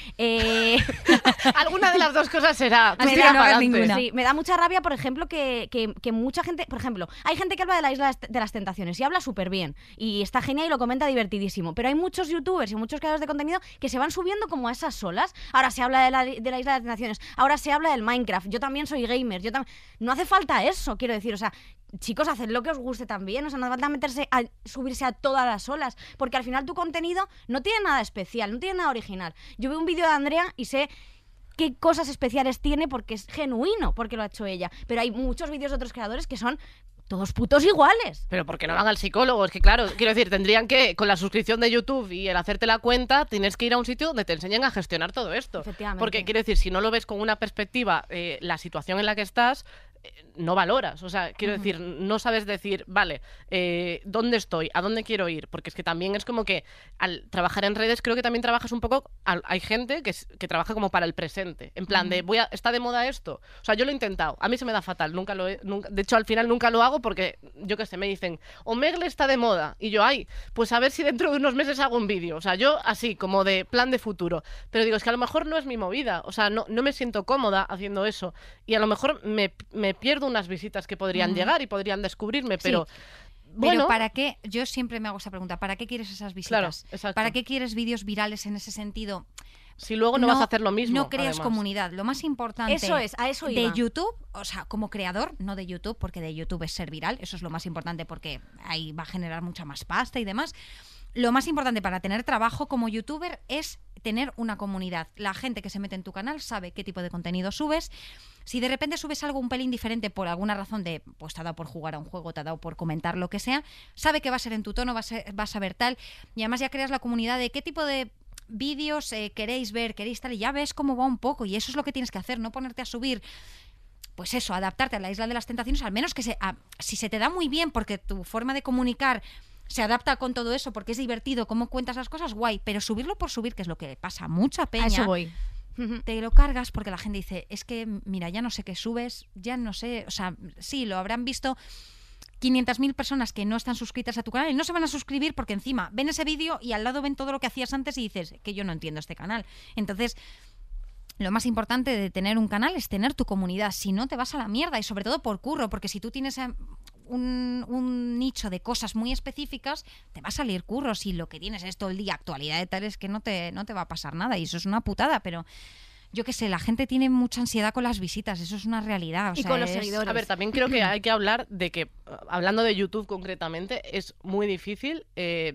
B: Alguna de las dos cosas será. Tú
D: Así
B: tira
D: que no hagas
B: pa'lante.
D: ninguna.
C: Sí, me da mucha rabia, por ejemplo, que mucha gente, por ejemplo, hay gente que habla de la Isla de las Tentaciones y habla súper bien y está genial y lo comenta divertidísimo, pero hay muchos youtubers y muchos creadores de contenido que se van subiendo como a esas solas. Ahora se habla de la Isla de las Tentaciones, ahora se habla del Minecraft, yo también soy gamer, no hace falta eso, quiero decir, o sea, chicos, haced lo que os guste también, o sea, no hace falta subirse a todas las olas, porque al final tu contenido no tiene nada especial, no tiene nada original. Yo veo un vídeo de Andrea y sé qué cosas especiales tiene porque es genuino, porque lo ha hecho ella. Pero hay muchos vídeos de otros creadores que son todos putos iguales.
B: Pero ¿por qué no van al psicólogo? Es que claro, quiero decir, tendrían que, con la suscripción de YouTube y el hacerte la cuenta, tienes que ir a un sitio donde te enseñen a gestionar todo esto.
C: Efectivamente.
B: Porque quiero decir, si no lo ves con una perspectiva, la situación en la que estás, no valoras. O sea, quiero decir, no sabes decir, vale, ¿dónde estoy? ¿A dónde quiero ir? Porque es que también es como que al trabajar en redes creo que también trabajas un poco, hay gente que trabaja como para el presente, en plan de, ¿está de moda esto? O sea, yo lo he intentado, a mí se me da fatal, de hecho al final nunca lo hago porque, yo qué sé, me dicen, Omegle está de moda, y yo, pues a ver si dentro de unos meses hago un vídeo. O sea, yo así, como de plan de futuro. Pero digo, es que a lo mejor no es mi movida, o sea, no me siento cómoda haciendo eso, y a lo mejor me pierdo unas visitas que podrían llegar y podrían descubrirme, pero... Bueno,
D: Pero ¿para qué? Yo siempre me hago esa pregunta. ¿Para qué quieres esas visitas?
B: Claro, exacto.
D: ¿Para qué quieres vídeos virales en ese sentido?
B: si luego no vas a hacer lo mismo.
D: No creas
B: además.
D: comunidad. Lo más importante
C: Eso es, a eso
D: de
C: iba.
D: YouTube, o sea, como creador, no de YouTube, porque de YouTube es ser viral, eso es lo más importante porque ahí va a generar mucha más pasta y demás. Lo más importante para tener trabajo como youtuber es tener una comunidad. La gente que se mete en tu canal sabe qué tipo de contenido subes. Si de repente subes algo un pelín diferente por alguna razón de, pues te ha dado por jugar a un juego, te ha dado por comentar lo que sea, sabe que va a ser en tu tono, vas a ver tal, y además ya creas la comunidad de qué tipo de vídeos queréis ver, queréis tal, y ya ves cómo va un poco, y eso es lo que tienes que hacer, no ponerte a subir, pues eso, adaptarte a la Isla de las Tentaciones, al menos que si se te da muy bien porque tu forma de comunicar se adapta con todo eso, porque es divertido cómo cuentas las cosas, guay, pero subirlo por subir, que es lo que le pasa a mucha peña.
C: A eso voy.
D: Te lo cargas porque la gente dice, es que, mira, ya no sé qué subes, ya no sé, o sea, sí, lo habrán visto 500.000 personas que no están suscritas a tu canal y no se van a suscribir porque encima ven ese vídeo y al lado ven todo lo que hacías antes y dices, que yo no entiendo este canal. Entonces, lo más importante de tener un canal es tener tu comunidad, si no te vas a la mierda, y sobre todo por curro, porque si tú tienes un nicho de cosas muy específicas, te va a salir curro. Si lo que tienes es todo el día actualidad de tal, es que no te va a pasar nada, y eso es una putada, pero yo qué sé, la gente tiene mucha ansiedad con las visitas, eso es una realidad. O
C: Y
D: sea,
C: con los
D: es-
C: seguidores.
B: A ver, también creo que hay que hablar de que, hablando de YouTube concretamente, es muy difícil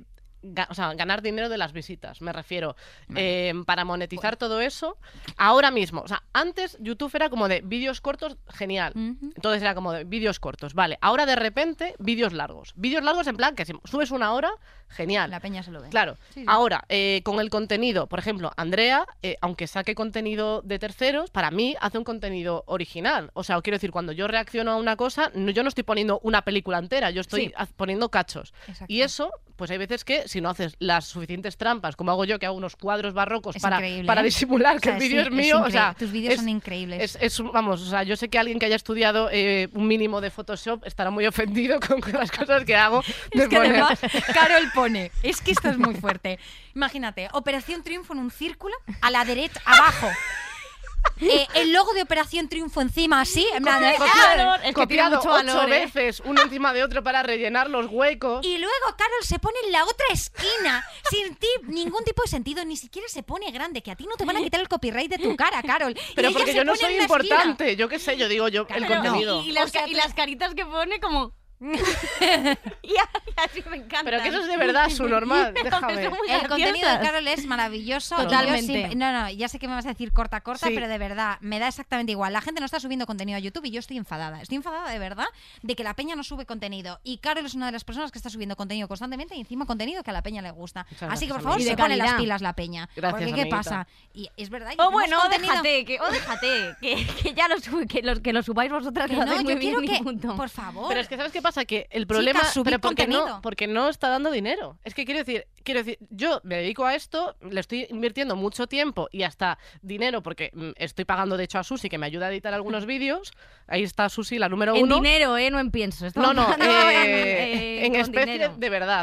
B: ganar dinero de las visitas. Me refiero, para monetizar todo eso, ahora mismo. O sea, antes YouTube era como de vídeos cortos, genial.
D: Ujú.
B: Entonces era como de vídeos cortos, vale. Ahora de repente, vídeos largos. Vídeos largos en plan que si subes 1 hora, genial.
D: La peña se lo ve.
B: Claro.
D: Sí, sí.
B: Ahora, con el contenido, por ejemplo, Andrea, aunque saque contenido de terceros, para mí hace un contenido original. O sea, quiero decir, cuando yo reacciono a una cosa, yo no estoy poniendo una película entera, yo estoy
C: Sí.
B: poniendo cachos.
D: Exacto.
B: Y eso, pues hay veces que si no haces las suficientes trampas, como hago yo, que hago unos cuadros barrocos
D: Es
B: para
D: increíble, ¿eh?
B: disimular que
D: O sea,
B: el vídeo
D: sí,
B: es mío, o sea,
D: tus vídeos
B: es-
D: son increíbles.
B: vamos, o sea, yo sé que alguien que haya estudiado un mínimo de Photoshop estará muy ofendido con las cosas que hago. de
D: Es que
B: poner-
D: además, Carol pone, es que esto es muy fuerte. Imagínate, Operación Triunfo en un círculo, a la derecha, abajo. El logo de Operación Triunfo encima, así, en plan,
C: Copiado, es que tiene
B: copiado
C: mucho
B: 8
C: valor, ¿eh?
B: veces, uno encima de otro para rellenar los huecos.
D: Y luego Carol se pone en la otra esquina, sin ningún tipo de sentido, ni siquiera se pone grande, que a ti no te van a quitar el copyright de tu cara, Carol. Y
B: Pero
D: ella
B: porque
D: se
B: yo no
D: pone
B: soy
D: en la esquina.
B: importante, yo qué sé, yo digo yo el
C: Pero-
B: contenido.
C: y las,
D: O sea,
C: y las caritas que pone como... y así me encanta.
B: Pero que eso es de verdad su normal, déjame.
C: Son muy
D: El contenido de
C: graciosas.
D: Carol es maravilloso.
C: Totalmente.
D: No, ya sé que me vas a decir corta,
B: Sí.
D: pero de verdad, me da exactamente igual. La gente no está subiendo contenido a YouTube y yo estoy enfadada. Estoy enfadada de verdad de que la peña no sube contenido. Y Carol es una de las personas que está subiendo contenido constantemente y encima contenido que a la peña le gusta.
B: Muchas
D: Así que, por
B: gracias,
D: favor,
C: amiga. Y
D: se
C: de
D: pone las
C: calidad.
D: pilas la peña.
B: Gracias,
D: Porque, ¿qué
B: amiguita.
D: pasa? Y es verdad. y
C: O
D: hacemos
C: bueno,
D: contenido-
C: déjate, que ya que lo subáis vosotras,
D: Que
C: que lo
D: no,
C: hacéis muy
D: yo
C: bien
D: quiero
C: y
D: que,
C: punto.
D: por favor.
B: Pero es que ¿sabes qué pasa? Que el problema
D: subid
B: pero
D: contenido.
B: porque no está dando dinero. Es que quiero decir, yo me dedico a esto, le estoy invirtiendo mucho tiempo y hasta dinero porque estoy pagando de hecho a Susi que me ayuda a editar algunos vídeos. Ahí está Susi, la número
C: En
B: 1.
C: dinero, no en pienso. Estamos
B: No,
C: hablando
B: en
C: con
B: especie
C: dinero.
B: de verdad.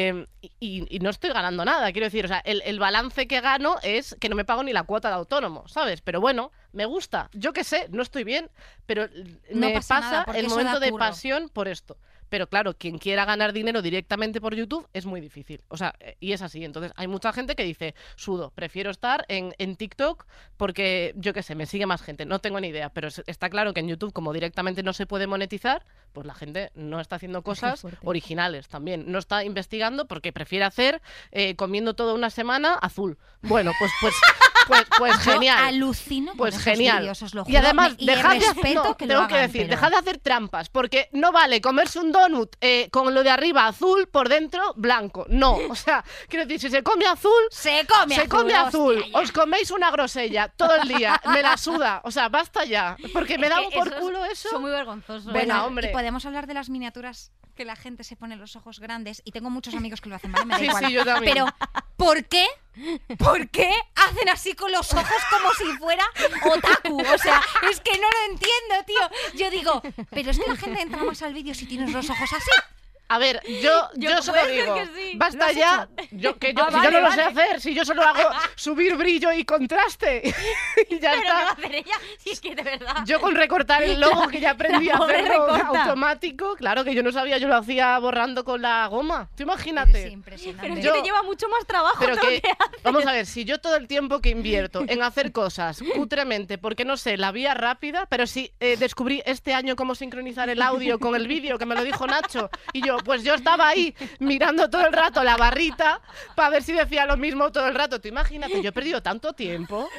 B: Y no estoy ganando nada, quiero decir, o sea, el balance que gano es que no me pago ni la cuota de autónomo, ¿sabes? Pero bueno, me gusta, yo qué sé, no estoy bien, pero
D: No
B: me
D: pasa nada,
B: pasa
D: porque
B: el
D: eso
B: momento
D: da
B: de
D: curro.
B: pasión por esto. Pero claro, quien quiera ganar dinero directamente por YouTube es muy difícil. O sea, y es así. Entonces, hay mucha gente que dice, sudo, prefiero estar en TikTok porque, yo qué sé, me sigue más gente. No tengo ni idea, pero está claro que en YouTube, como directamente no se puede monetizar, pues la gente no está haciendo cosas
C: fuerte.
B: originales también. No está investigando porque prefiere hacer comiendo toda una semana azul. Bueno, pues
D: Yo
B: genial.
D: alucino
B: Pues
D: con esos
B: genial.
D: vídeos, os lo
B: y
D: juro,
B: además,
D: y
B: dejad de
D: respeto
B: no,
D: que
B: tengo
D: lo
B: que
D: hagan,
B: decir,
D: pero-
B: dejad de hacer trampas, porque no vale comerse un donut con lo de arriba azul, por dentro blanco. No, o sea, quiero decir, si se come azul,
D: Se come
B: se come azul.
D: hostia, ya.
B: Os coméis una grosella todo el día, me la suda. O sea, basta ya, porque me
C: Es
B: da
C: que
B: por
C: esos
B: culo eso.
C: Son muy vergonzosos.
B: Bueno,
D: Bueno,
B: hombre.
D: y podemos hablar de las miniaturas que la gente se pone los ojos grandes y tengo muchos amigos que lo hacen, ¿vale? Me da
B: Sí,
D: igual.
B: sí, yo también.
D: Pero, ¿por qué? ¿Por qué hacen así con los ojos como si fuera otaku? O sea, es que no lo entiendo, tío. Yo digo, pero es que la gente entra más al vídeo si tienes los ojos así.
B: A ver, yo solo
C: puede ser
B: digo,
C: que sí.
B: basta
D: ¿Lo has
B: ya, yo si
C: vale,
B: yo no lo sé
C: vale.
B: hacer, si yo solo hago subir brillo y contraste y ya
C: Pero ¿qué va a
B: está.
C: hacer ella? Si es que de verdad.
B: Yo con recortar el logo que ya aprendí
C: La
B: a
C: pobre
B: hacerlo
C: recorta.
B: automático, claro que yo no sabía, yo lo hacía borrando con la goma. Tú
D: Es
B: imagínate.
D: impresionante.
C: Pero es
B: yo-
C: que te lleva mucho más trabajo
B: Pero
C: todo lo
B: que,
C: que haces.
B: vamos a ver, si yo todo el tiempo que invierto en hacer cosas cutremente, porque no sé, la vía rápida, pero si descubrí este año cómo sincronizar el audio con el vídeo, que me lo dijo Nacho, y yo, pues yo estaba ahí mirando todo el rato la barrita para ver si decía lo mismo todo el rato. Tú imagínate, yo he perdido tanto tiempo.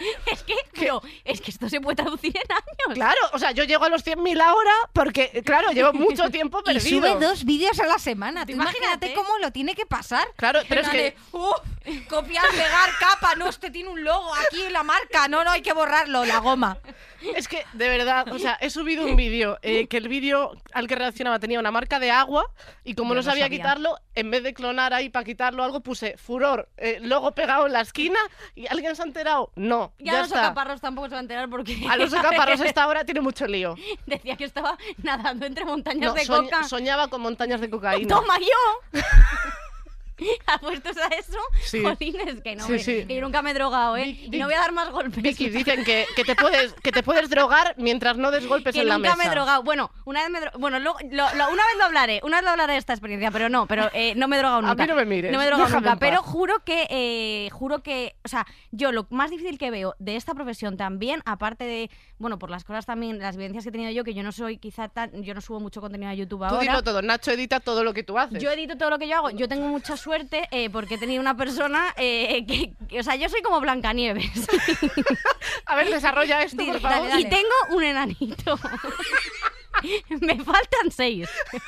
C: Es que esto se puede traducir en años.
B: Claro, o sea, yo llego a los 100.000 ahora porque, claro, llevo mucho tiempo
D: Y
B: perdido.
D: sube 2 vídeos a la semana. Tú imagínate
C: Imagínate.
D: cómo lo tiene que pasar.
B: Claro, pero es que...
D: Copiar, pegar, capa. No, este tiene un logo aquí, la marca. No, hay que borrarlo, la goma.
B: Es que, de verdad, o sea, he subido un vídeo que el vídeo al que reaccionaba tenía una marca de agua y como
D: Yo
B: no
D: no
B: sabía
D: sabía.
B: quitarlo, en vez de clonar ahí para quitarlo algo, puse furor, logo pegado en la esquina y ¿alguien se ha enterado? No,
C: Ya,
B: ya
C: los
B: está.
C: socaparros tampoco se va a enterar porque
B: Alonso Caparrós esta hora tiene mucho lío.
C: decía que estaba nadando entre montañas
B: No,
C: de coca.
B: soñaba con montañas de cocaína.
C: ¡Toma yo! Apuestos a eso,
B: Sí.
C: jolines, que no
B: Sí, sí.
C: que yo nunca me he drogado, ¿eh?
B: Vic-
C: Y no voy a dar más golpes.
B: Vicky, dicen que te puedes drogar mientras no des golpes
C: Que
B: en la
C: nunca
B: mesa.
C: me he drogado. Bueno, una vez me una vez lo hablaré. Una vez lo hablaré de esta experiencia, pero no me he drogado nunca.
B: A mí no me mires,
C: No me he drogado
B: déjame
C: nunca,
B: en paz.
C: pero juro que, o sea, yo lo más difícil que veo de esta profesión también, aparte de, bueno, por las cosas también, las vivencias que he tenido yo, que yo no soy yo no subo mucho contenido a YouTube
B: Tú
C: ahora.
B: dilo todo, Nacho edita todo lo que tú haces.
C: Yo edito todo lo que yo hago. Yo tengo mucha suerte porque he tenido una persona o sea, yo soy como Blancanieves.
B: A ver, desarrolla esto, por favor.
C: Y tengo un enanito. Me faltan 6.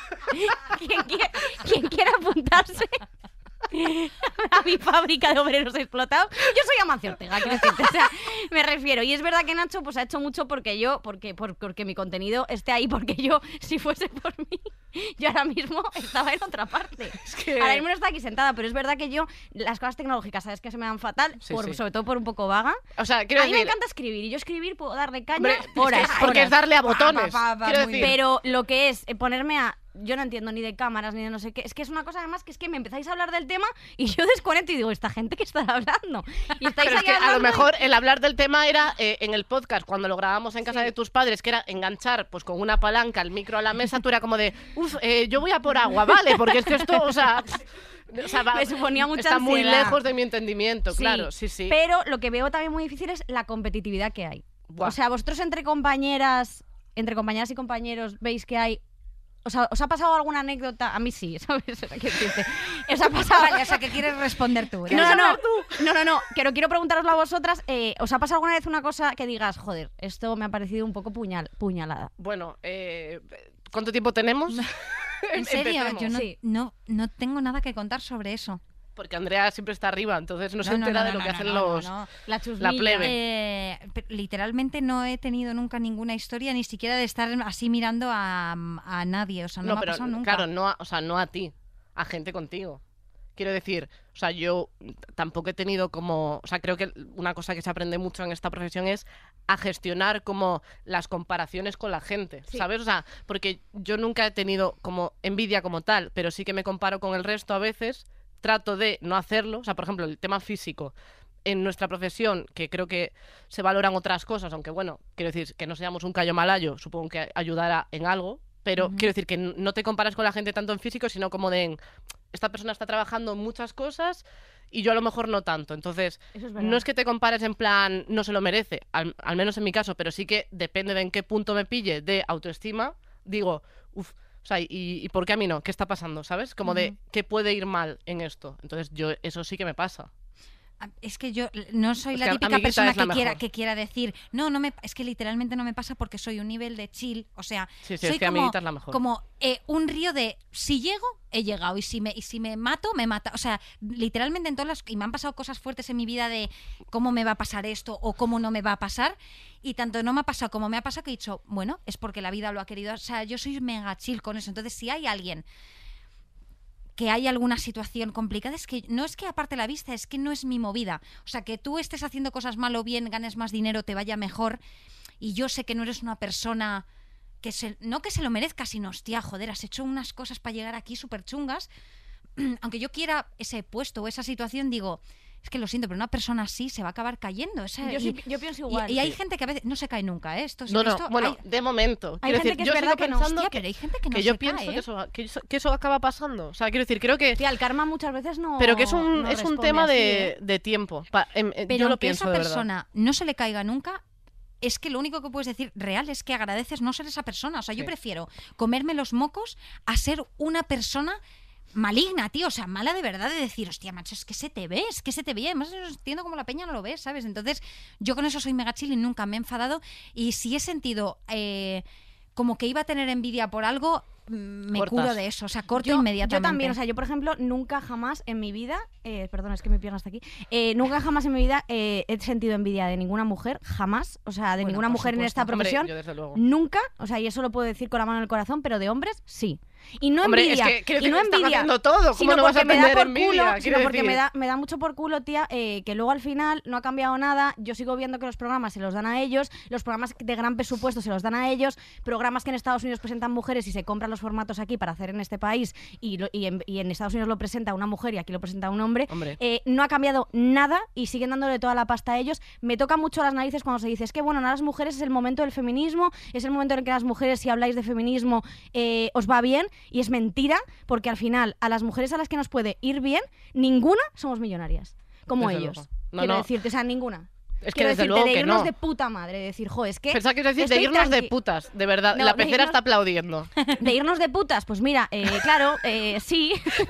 C: Quien quiera apuntarse a mi fábrica de obreros explotados. Yo soy Amancio Ortega, quiero decirte. O sea, me refiero. Y es verdad que Nacho pues ha hecho mucho porque mi contenido esté ahí, porque yo, si fuese por mí, yo ahora mismo estaba en otra parte.
B: Es que-
C: Ahora mismo no está aquí sentada, pero es verdad que yo, las cosas tecnológicas, sabes que se me dan fatal,
B: Sí, sí.
C: sobre todo por un poco vaga.
B: O sea, quiero
C: A mí me
B: decir...
C: encanta escribir, y yo escribir puedo darle caña
B: Hombre,
C: horas.
B: porque
C: horas.
B: es darle a botones. Quiero
D: muy
B: decir,
C: Pero lo que es ponerme a... Yo no entiendo ni de cámaras ni de no sé qué. Es que es una cosa además que es que me empezáis a hablar del tema y yo desconecto y digo, ¿esta gente qué está hablando? Y estáis
B: pero es
C: ahí
B: que a lo
C: hablando y-
B: mejor el hablar del tema era en el podcast, cuando lo grabamos en casa
C: Sí.
B: de tus padres, que era enganchar pues con una palanca el micro a la mesa, tú era como de, yo voy a por agua, ¿vale? Porque es que esto, o sea,
C: Me suponía mucha
B: está muy
C: ansiedad.
B: lejos de mi entendimiento, claro, sí.
C: Pero lo que veo también muy difícil es la competitividad que hay.
B: Buah.
C: O sea, vosotros entre compañeras y compañeros veis que hay... O sea, ¿os ha pasado alguna anécdota? A mí sí, ¿sabes? O sea, quiero decirte, ¿os ha pasado?
D: Vale, o sea, que quieres responder tú. ¿eh?
C: No, que quiero preguntaroslo a vosotras. ¿Os ha pasado alguna vez una cosa que digas, joder, esto me ha parecido un poco puñalada?
B: Bueno, ¿cuánto tiempo tenemos?
D: En serio,
B: Empecemos.
D: yo
C: Sí.
D: no tengo nada que contar sobre eso.
B: Porque Andrea siempre está arriba, entonces no se entera de lo que hacen los...
D: no.
C: La chusmilla.
B: La plebe.
D: Literalmente no he tenido nunca ninguna historia, ni siquiera de estar así mirando a nadie. O sea, no, me ha
B: pero
D: pasado nunca.
B: claro, no a ti, a gente contigo. Quiero decir, o sea, yo tampoco he tenido como... O sea, creo que una cosa que se aprende mucho en esta profesión es a gestionar como las comparaciones con la gente,
C: Sí.
B: ¿sabes? O sea, porque yo nunca he tenido como envidia como tal, pero sí que me comparo con el resto a veces, trato de no hacerlo. O sea, por ejemplo, el tema físico. En nuestra profesión, que creo que se valoran otras cosas, aunque bueno, quiero decir, que no seamos un callo malayo, supongo que ayudará en algo, pero quiero decir que no te comparas con la gente tanto en físico, sino como esta persona está trabajando en muchas cosas y yo a lo mejor no tanto. Entonces,
C: Eso es verdad.
B: no es que te compares en plan, no se lo merece, al menos en mi caso, pero sí que depende de en qué punto me pille de autoestima, digo, uff, o sea, ¿y por qué a mí no? ¿Qué está pasando? ¿Sabes? Como de, ¿qué puede ir mal en esto? Entonces, eso sí que me pasa.
D: Es que yo no soy
B: Es
D: la
B: que
D: típica
B: amiguita
D: persona
B: es la
D: que
B: mejor.
D: quiera decir, es que literalmente no me pasa porque soy un nivel de chill, o sea,
B: Sí,
D: soy
B: es que
D: como,
B: amiguita es la mejor.
D: como un río de si llego, he llegado, y si me mato, me mata. O sea, literalmente y me han pasado cosas fuertes en mi vida de cómo me va a pasar esto o cómo no me va a pasar, y tanto no me ha pasado como me ha pasado que he dicho, bueno, es porque la vida lo ha querido. O sea, yo soy mega chill con eso. Entonces, si hay alguien que hay alguna situación complicada, es que no es que aparte la vista, es que no es mi movida. O sea, que tú estés haciendo cosas mal o bien, ganes más dinero, te vaya mejor, y yo sé que no eres una persona no que se lo merezca, sino, hostia, joder, has hecho unas cosas para llegar aquí súper chungas. Aunque yo quiera ese puesto o esa situación, digo, es que lo siento, pero una persona así se va a acabar cayendo.
C: Yo pienso igual.
D: Y hay gente que a veces no se cae nunca, ¿eh? Esto,
B: No,
D: esto-
B: bueno,
D: hay-
B: de momento.
C: hay
B: Quiero
C: gente
B: decir,
C: que es
B: yo
C: verdad
B: sigo
C: que no,
B: pensando
D: hostia, pero hay gente que no
B: yo
D: se
B: pienso
D: cae,
B: que eso acaba pasando. O sea, quiero decir, creo que...
C: Tía, el karma muchas veces no.
B: Pero que es
C: no
B: un
C: responde
B: tema
C: así, ¿eh?
B: de tiempo.
D: Pero
B: Yo lo
D: aunque
B: pienso
D: esa
B: de verdad.
D: persona no se le caiga nunca, es que lo único que puedes decir real es que agradeces no ser esa persona. O sea, yo
B: Sí.
D: prefiero comerme los mocos a ser una persona maligna, tío. O sea, mala de verdad, de decir, hostia, macho, es que se te ve, Además, no entiendo cómo la peña no lo ve, ¿sabes? Entonces, yo con eso soy mega chill y nunca me he enfadado. Y si he sentido como que iba a tener envidia por algo, me
B: Cortas.
D: curo de eso. O sea, corto
C: Yo
D: inmediatamente.
C: también, o sea, yo por ejemplo, nunca jamás en mi vida, perdón, es que mi pierna está aquí, nunca jamás en mi vida he sentido envidia de ninguna mujer, jamás, o sea, de
D: Bueno,
C: ninguna
D: por
C: mujer en
D: supuesto.
C: esta
B: Hombre,
C: profesión,
B: yo desde luego.
C: nunca, o sea, y eso lo puedo decir con la mano en el corazón, pero de hombres, sí. Y no
B: Hombre,
C: envidia.
B: es que
C: y no
B: estás
C: envidia.
B: haciendo todo. ¿Cómo
C: Sino
B: no vas a
C: porque me da
B: tener
C: por
B: envidia?
C: culo,
B: Quiero
C: sino porque
B: decir.
C: me da mucho por culo, tía, que luego al final no ha cambiado nada. Yo sigo viendo que los programas se los dan a ellos, los programas de gran presupuesto se los dan a ellos, programas que en Estados Unidos presentan mujeres y se compran los formatos aquí para hacer en este país y en Estados Unidos lo presenta una mujer y aquí lo presenta un hombre. No ha cambiado nada y siguen dándole toda la pasta a ellos. Me toca mucho las narices cuando se dice, es que bueno, ahora las mujeres es el momento del feminismo, es el momento en el que las mujeres, si habláis de feminismo, os va bien, y es mentira, porque al final a las mujeres a las que nos puede ir bien, ninguna somos millonarias, como
B: Desde
C: ellos.
B: luego.
C: Quiero decirte, o sea, ninguna.
B: Es que
C: Quiero
B: desde
C: decirte,
B: luego
C: de
B: que
C: irnos
B: no.
C: de puta madre, de decir, jo, es que...
B: Pensaba que ibas a decir de
C: estoy
B: irnos de
C: tranqui-
B: putas, de verdad.
C: No,
B: La
C: de
B: pecera
C: irnos-
B: está aplaudiendo.
C: De irnos de putas, pues mira, claro, sí.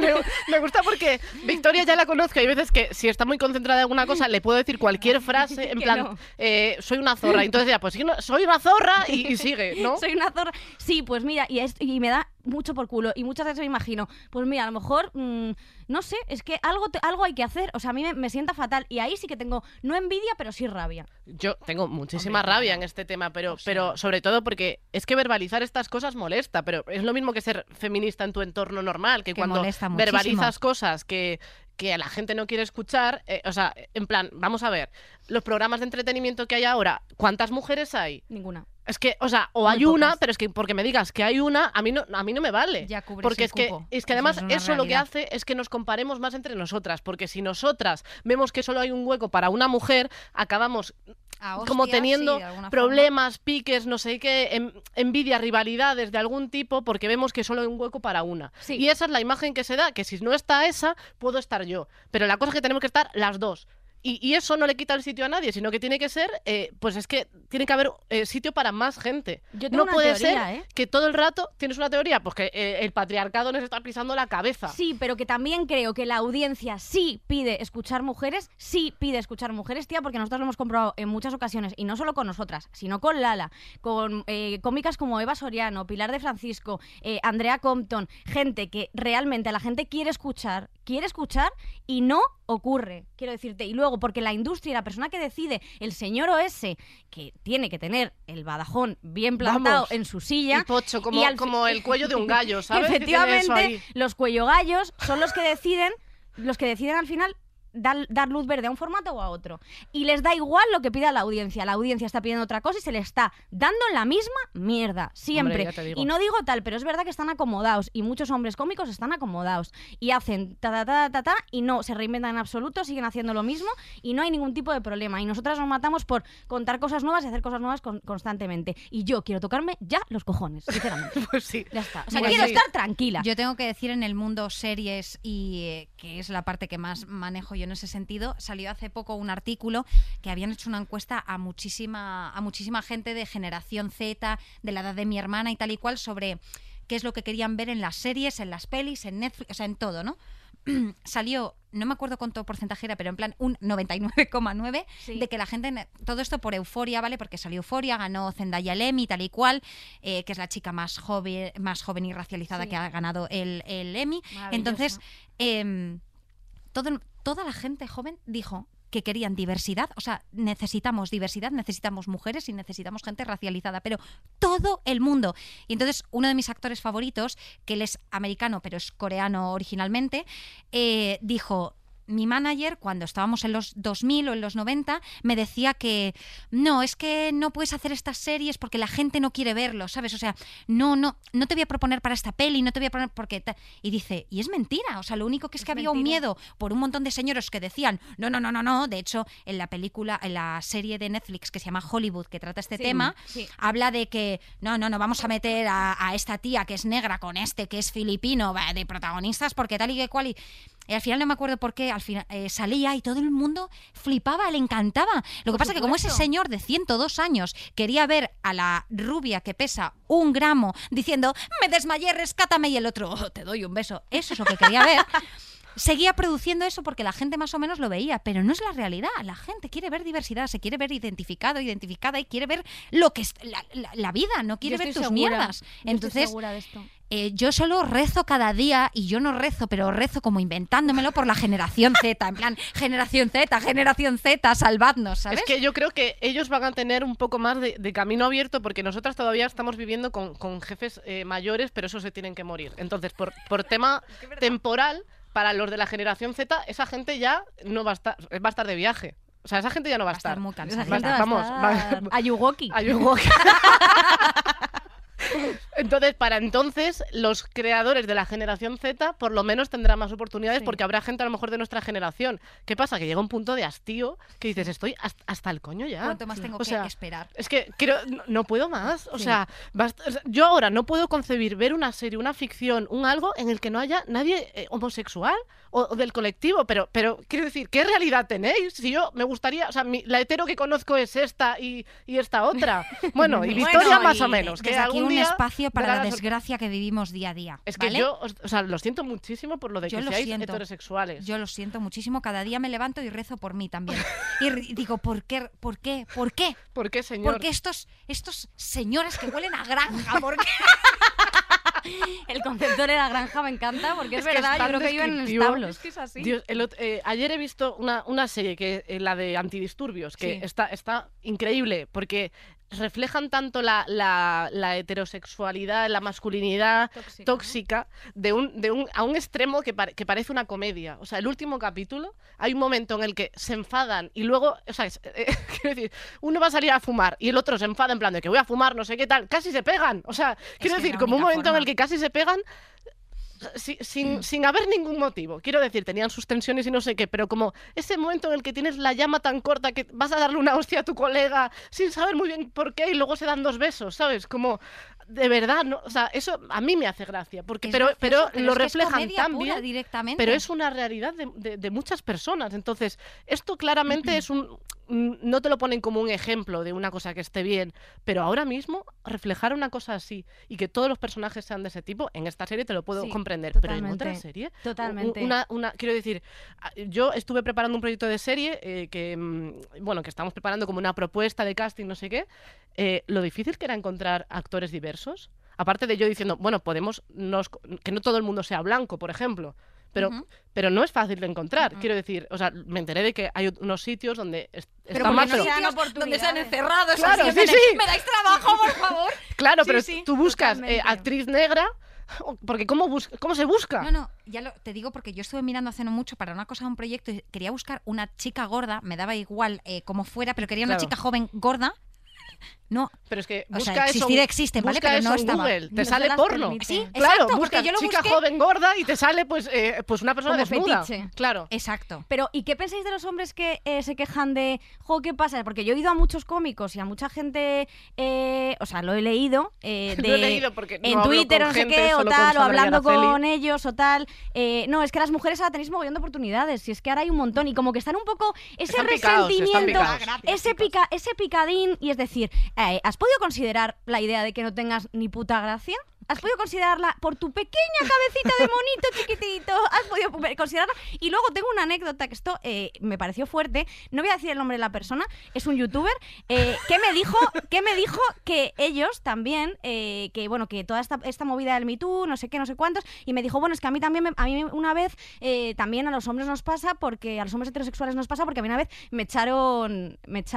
B: Me gusta porque Victoria ya la conozco. Hay veces que si está muy concentrada en alguna cosa le puedo decir cualquier frase en
C: Que
B: plan,
C: no.
B: soy una zorra. Entonces ya, pues sí, soy una zorra y sigue, ¿no?
C: Soy una zorra. Sí, pues mira, y me da mucho por culo. Y muchas veces me imagino, pues mira, a lo mejor, no sé, es que algo hay que hacer. O sea, a mí me sienta fatal. Y ahí sí que tengo, no envidia, pero sí rabia.
B: Yo tengo muchísima rabia en este tema, pero sobre todo porque es que verbalizar estas cosas molesta, pero es lo mismo que ser feminista en tu entorno normal, que cuando
D: molesta muchísimo.
B: verbalizas cosas que a la gente no quiere escuchar, o sea, en plan, vamos a ver, los programas de entretenimiento que hay ahora, ¿cuántas mujeres hay?
C: Ninguna.
B: Es que, o sea, o
C: Muy
B: hay una,
C: pocas.
B: pero es que porque me digas que hay una, a mí no me vale.
D: Ya cubres
B: Porque
D: el
B: es que,
D: cupo.
B: es que
D: Eso
B: además
D: es una
B: eso lo que
D: realidad.
B: hace es que nos comparemos más entre nosotras. Porque si nosotras vemos que solo hay un hueco para una mujer, acabamos
D: A
B: como
D: hostias,
B: teniendo
D: sí, de alguna
B: problemas, piques, no sé qué, envidia, rivalidades de algún tipo, porque vemos que solo hay un hueco para una.
C: Sí.
B: Y esa es la imagen que se da, que si no está esa, puedo estar yo. Pero la cosa es que tenemos que estar las dos. Y eso no le quita el sitio a nadie, sino que tiene que ser, pues es que tiene que haber sitio para más gente.
C: Yo tengo
B: No
C: una
B: puede
C: teoría,
B: ser que todo el rato tienes una teoría, pues que el patriarcado nos está pisando la cabeza.
C: Sí, pero que también creo que la audiencia sí pide escuchar mujeres, tía, porque nosotros lo hemos comprobado en muchas ocasiones, y no solo con nosotras, sino con Lala, con cómicas como Eva Soriano, Pilar de Francisco, Andrea Compton, gente que realmente a la gente quiere escuchar y no ocurre, quiero decirte. Y luego, porque la industria y la persona que decide, el señor OS, que tiene que tener el badajón bien plantado
B: Vamos.
C: en su silla,
B: Y pocho,
C: y al
B: como el cuello de un gallo, ¿sabes? Que tiene eso
C: efectivamente,
B: ahí.
C: los cuello gallos son los que deciden al final dar luz verde a un formato o a otro. Y les da igual lo que pida la audiencia. La audiencia está pidiendo otra cosa y se le está dando la misma mierda, siempre.
B: Hombre, ya te digo.
C: Y no digo tal, pero es verdad que están acomodados, y muchos hombres cómicos están acomodados y hacen ta y no se reinventan en absoluto, siguen haciendo lo mismo y no hay ningún tipo de problema. Y nosotras nos matamos por contar cosas nuevas y hacer cosas nuevas constantemente. Y yo quiero tocarme ya los cojones, sinceramente.
B: Pues sí.
C: Ya está. O sea,
B: Pues
C: quiero
B: sí.
C: estar tranquila.
D: Yo tengo que decir, en el mundo series, y que es la parte que más manejo yo en ese sentido, salió hace poco un artículo que habían hecho una encuesta a muchísima gente de generación Z, de la edad de mi hermana y tal y cual, sobre qué es lo que querían ver en las series, en las pelis, en Netflix, o sea, en todo, ¿no? Salió, no me acuerdo cuánto porcentaje era, pero en plan un 99,9
C: Sí.
D: de que la gente, todo esto por Euforia, ¿vale? Porque salió Euforia, ganó Zendaya el Emmy, tal y cual, que es la chica más joven y racializada
C: Sí.
D: que ha ganado el Emmy. Entonces, toda la gente joven dijo que querían diversidad, o sea, necesitamos diversidad, necesitamos mujeres y necesitamos gente racializada, pero todo el mundo. Y entonces uno de mis actores favoritos, que él es americano pero es coreano originalmente, dijo: mi manager, cuando estábamos en los 2000 o en los 90, me decía que no, es que no puedes hacer estas series porque la gente no quiere verlo, ¿sabes? O sea, no te voy a proponer para esta peli, no te voy a proponer porque... Y dice, y es mentira, o sea, lo único que es que había un miedo por un montón de señores que decían, no. De hecho, en la película, en la serie de Netflix que se llama Hollywood, que trata este tema, habla de que no, vamos a meter a esta tía que es negra con este que es filipino de protagonistas porque tal y que cual... Y al final no me acuerdo por qué, al final salía y todo el mundo flipaba, le encantaba. Lo que pasa es que como ese señor de 102 años quería ver a la rubia que pesa 1 gramo diciendo, me desmayé, rescátame, y el otro, "Oh, te doy un beso", eso es lo que quería ver. seguía produciendo eso porque la gente más o menos lo veía, pero no es la realidad. La gente quiere ver diversidad, se quiere ver identificada y quiere ver lo que es la vida, no quiere ver tus mierdas. Entonces,
C: estoy segura de esto.
D: Yo solo rezo cada día, y yo no rezo, pero rezo como inventándomelo por la generación Z, en plan, generación Z, salvadnos, ¿sabes?
B: Es que yo creo que ellos van a tener un poco más de camino abierto, porque nosotras todavía estamos viviendo con jefes mayores, pero esos se tienen que morir. Entonces, por tema temporal, para los de la generación Z, esa gente ya no va a estar de viaje. O sea, esa gente ya no va a estar.
D: Muy
C: Esa
D: cansada.
C: gente va a estar Ayuwoki.
B: Entonces, para entonces, los creadores de la generación Z por lo menos tendrán más oportunidades, porque habrá gente a lo mejor de nuestra generación. ¿Qué pasa? Que llega un punto de hastío que dices, estoy hasta el coño ya.
D: ¿Cuánto más tengo que esperar?
B: Es que no puedo más. O sea, yo ahora no puedo concebir ver una serie, una ficción, un algo en el que no haya nadie homosexual o del colectivo. Pero quiero decir, ¿qué realidad tenéis? Si yo me gustaría, o sea, la hetero que conozco es esta y esta otra. Bueno, y Victoria más o menos. Que
D: desde aquí
B: algún
D: un
B: día
D: espacio para
B: dará
D: la
B: la
D: desgracia que vivimos día a día.
B: Es que
D: ¿vale?
B: yo, o sea, lo siento muchísimo por lo de
D: Yo
B: que
D: lo
B: seáis
D: siento.
B: heterosexuales.
D: Yo lo siento muchísimo. Cada día me levanto y rezo por mí también. Y digo, ¿por qué? ¿Por qué? ¿Por qué?
B: ¿Por qué, señor?
D: Porque estos señores que huelen a granja, ¿por qué?
C: El concepto de la granja me encanta porque es
B: que
C: verdad,
B: es
C: yo
B: tan
C: creo que viven en
B: descriptivo.
C: establos.
D: Es que es así.
B: Dios, ayer he visto una serie, que la de antidisturbios, que está increíble, porque reflejan tanto la heterosexualidad, la masculinidad tóxica a un extremo que parece una comedia. O sea, el último capítulo, hay un momento en el que se enfadan y luego, o sea, quiero decir, uno va a salir a fumar y el otro se enfada en plan de que voy a fumar, no sé qué tal, casi se pegan. O sea, quiero decir, como un momento en el que casi se pegan sin haber ningún motivo. Quiero decir, tenían sus tensiones y no sé qué, pero como ese momento en el que tienes la llama tan corta que vas a darle una hostia a tu colega sin saber muy bien por qué y luego se dan 2 besos, ¿sabes? Como, de verdad, no, o sea, eso a mí me hace gracia, porque pero lo reflejan tan bien,
D: directamente.
B: pero es una realidad de muchas personas. Entonces, esto claramente es no te lo ponen como un ejemplo de una cosa que esté bien, pero ahora mismo reflejar una cosa así y que todos los personajes sean de ese tipo, en esta serie te lo puedo comprender, pero en otra serie,
C: totalmente.
B: Quiero decir, yo estuve preparando un proyecto de serie que estamos preparando como una propuesta de casting, no sé qué, lo difícil que era encontrar actores diversos, aparte de yo diciendo, bueno, que no todo el mundo sea blanco, por ejemplo, pero no es fácil de encontrar. Quiero decir, o sea, me enteré de que hay unos sitios donde están más...
C: donde se han
D: encerrado.
B: Claro, sí.
D: ¿Me dais trabajo, por favor?
B: Claro, pero
D: sí,
B: tú buscas
C: totalmente.
B: actriz negra, porque ¿cómo se busca?
D: No, te digo porque yo estuve mirando hace no mucho para una cosa, un proyecto, y quería buscar una chica gorda, me daba igual cómo fuera, pero quería una chica joven gorda. No,
B: pero es que
D: o
B: busca
D: sea, existir
B: eso,
D: existe, ¿vale?
B: busca
D: Pero
B: eso
D: no
B: en
D: estaba.
B: Google, te
C: No
B: sale
C: se las
B: porno.
C: permite.
D: Sí,
B: Claro,
D: exacto,
B: busca
D: porque yo lo
B: chica
D: busqué.
B: joven gorda y te sale pues una persona
C: Como
B: desnuda.
C: fetiche.
B: Claro.
D: Exacto.
C: Pero, ¿y qué pensáis de los hombres que se quejan de, ¿qué pasa? Porque yo he oído a muchos cómicos y a mucha gente, o sea, lo he leído,
B: Lo he leído porque no
C: en
B: hablo
C: Twitter
B: con
C: o no sé
B: gente,
C: qué, o
B: solo con
C: tal, o
B: Sandra y
C: hablando
B: Araceli.
C: con ellos, o tal. No, es que las mujeres ahora tenéis mogollón de oportunidades, y es que ahora hay un montón, y como que están un poco ese
B: Están picados,
C: resentimiento,
B: están picados.
C: ese picadín, y es decir, ¿has podido considerar la idea de que no tengas ni puta gracia? ¿Has podido considerarla por tu pequeña cabecita de monito chiquitito? ¿Has podido considerarla? Y luego tengo una anécdota que esto me pareció fuerte. No voy a decir el nombre de la persona, es un youtuber que me dijo que ellos también, que toda esta movida del Me Too, no sé qué, no sé cuántos, y me dijo, bueno, es que a mí también, a mí una vez, también a los hombres nos pasa, porque a los hombres heterosexuales nos pasa, porque a mí una vez me echaron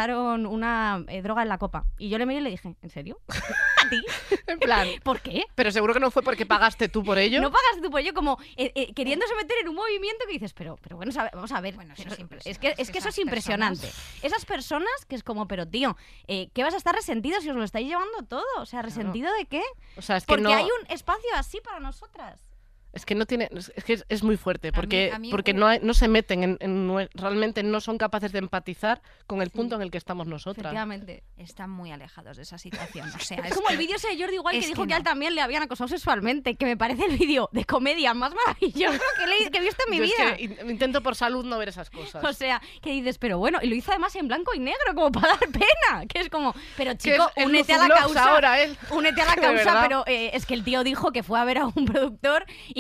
C: una droga en la copa. Y yo le miré y le dije, ¿en serio? ¿A ti?
B: En plan,
C: ¿Por qué?
B: pero seguro que no fue porque pagaste tú por ello.
C: No pagaste tú por ello, como queriéndose meter en un movimiento que dices, pero bueno, vamos a ver.
D: Bueno, eso es impresionante.
C: Es que eso es impresionante. Esas personas que es como, pero tío, ¿qué vas a estar resentido si os lo estáis llevando todo? O sea, ¿resentido de qué?
B: O sea, es que
C: Porque
B: no...
C: hay un espacio así para nosotras.
B: Es que no tiene, es que es muy fuerte, porque,
D: a mí
B: porque no se meten realmente no son capaces de empatizar con el punto en el que estamos nosotras.
C: Efectivamente.
D: Están muy alejados de esa situación. O sea,
C: Es como el vídeo ese de Jordi igual que
D: es
C: dijo
D: que
C: que a él
D: no.
C: también le habían acosado sexualmente, que me parece el vídeo de comedia más maravilloso que he visto en mi
B: Yo
C: vida.
B: es que intento por salud no ver esas cosas.
C: O sea, que dices, pero bueno, y lo hizo además en blanco y negro, como para dar pena. Que es como, pero chico,
B: es
C: únete a la
B: Lufublox
C: causa.
B: ahora, él.
C: Únete a la
B: De
C: causa,
B: verdad.
C: pero es que el tío dijo que fue a ver a un productor y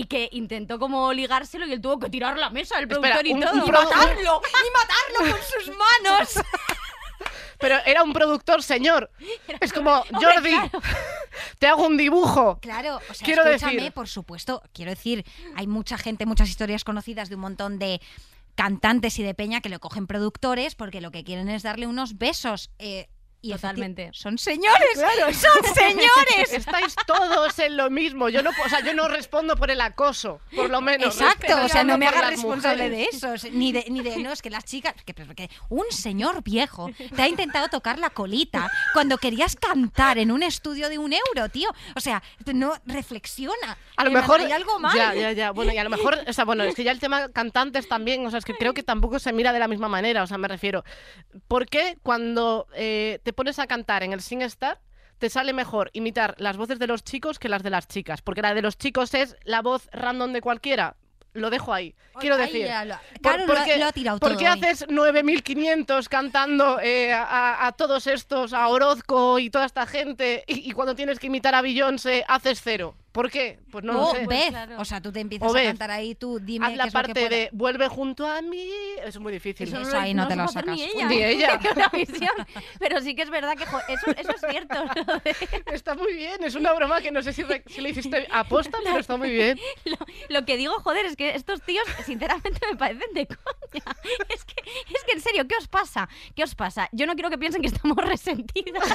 C: y que intentó como ligárselo y él tuvo que tirar la mesa del
B: Espera,
C: productor y
B: un
C: todo.
D: ¡Matarlo! ¡Y matarlo con sus manos!
B: Pero era un productor, señor. Es como,
C: Hombre,
B: Jordi,
C: claro.
B: te hago un dibujo.
D: Claro, o sea,
B: Quiero
D: escúchame,
B: decir-
D: por supuesto, quiero decir, hay mucha gente, muchas historias conocidas de un montón de cantantes y de peña que lo cogen productores porque lo que quieren es darle unos besos. Y
C: Totalmente.
D: son señores, son señores.
B: Estáis todos en lo mismo. Yo no respondo por el acoso, por lo menos.
D: Exacto, o sea, no me
B: hagas
D: hagas responsable de eso, ni de no, es que las chicas, porque un señor viejo te ha intentado tocar la colita cuando querías cantar en un estudio de €1, tío. O sea, no reflexiona.
B: A lo
D: En plan,
B: mejor
D: hay algo mal.
B: Ya. Bueno, y a lo mejor, o sea, bueno, es que ya el tema cantantes también, o sea, es que creo que tampoco se mira de la misma manera, o sea, me refiero. ¿Por qué cuando te pones a cantar en el SingStar te sale mejor imitar las voces de los chicos que las de las chicas? Porque la de los chicos es la voz random de cualquiera. Lo dejo ahí. Quiero
D: Ahí
B: decir.
D: ya claro, lo ha tirado
B: ¿Por
D: todo
B: qué
D: hoy.
B: haces 9.500 cantando a todos estos, a Orozco y toda esta gente, y cuando tienes que imitar a Beyoncé haces 0? ¿Por qué? Pues no lo
D: O
B: sé.
D: Beth,
C: claro.
D: o sea, tú te empiezas
B: O
D: a
B: Beth.
D: cantar ahí, tú dime
B: Haz
D: qué
B: la
D: es lo que
B: parte
D: pueda.
B: de vuelve junto a mí. Es muy difícil.
D: Eso ahí no te lo
C: supo hacer
D: sacas.
C: Ni ella.
B: Ni ella.
C: En Eurovisión. Pero sí que es verdad que eso es cierto. lo de-
B: Está muy bien, es una broma que no sé si lo hiciste aposta, pero está muy bien.
C: Lo que digo, joder, es que estos tíos, sinceramente, me parecen de coña. Es que en serio, ¿qué os pasa? ¿Qué os pasa? Yo no quiero que piensen que estamos resentidas.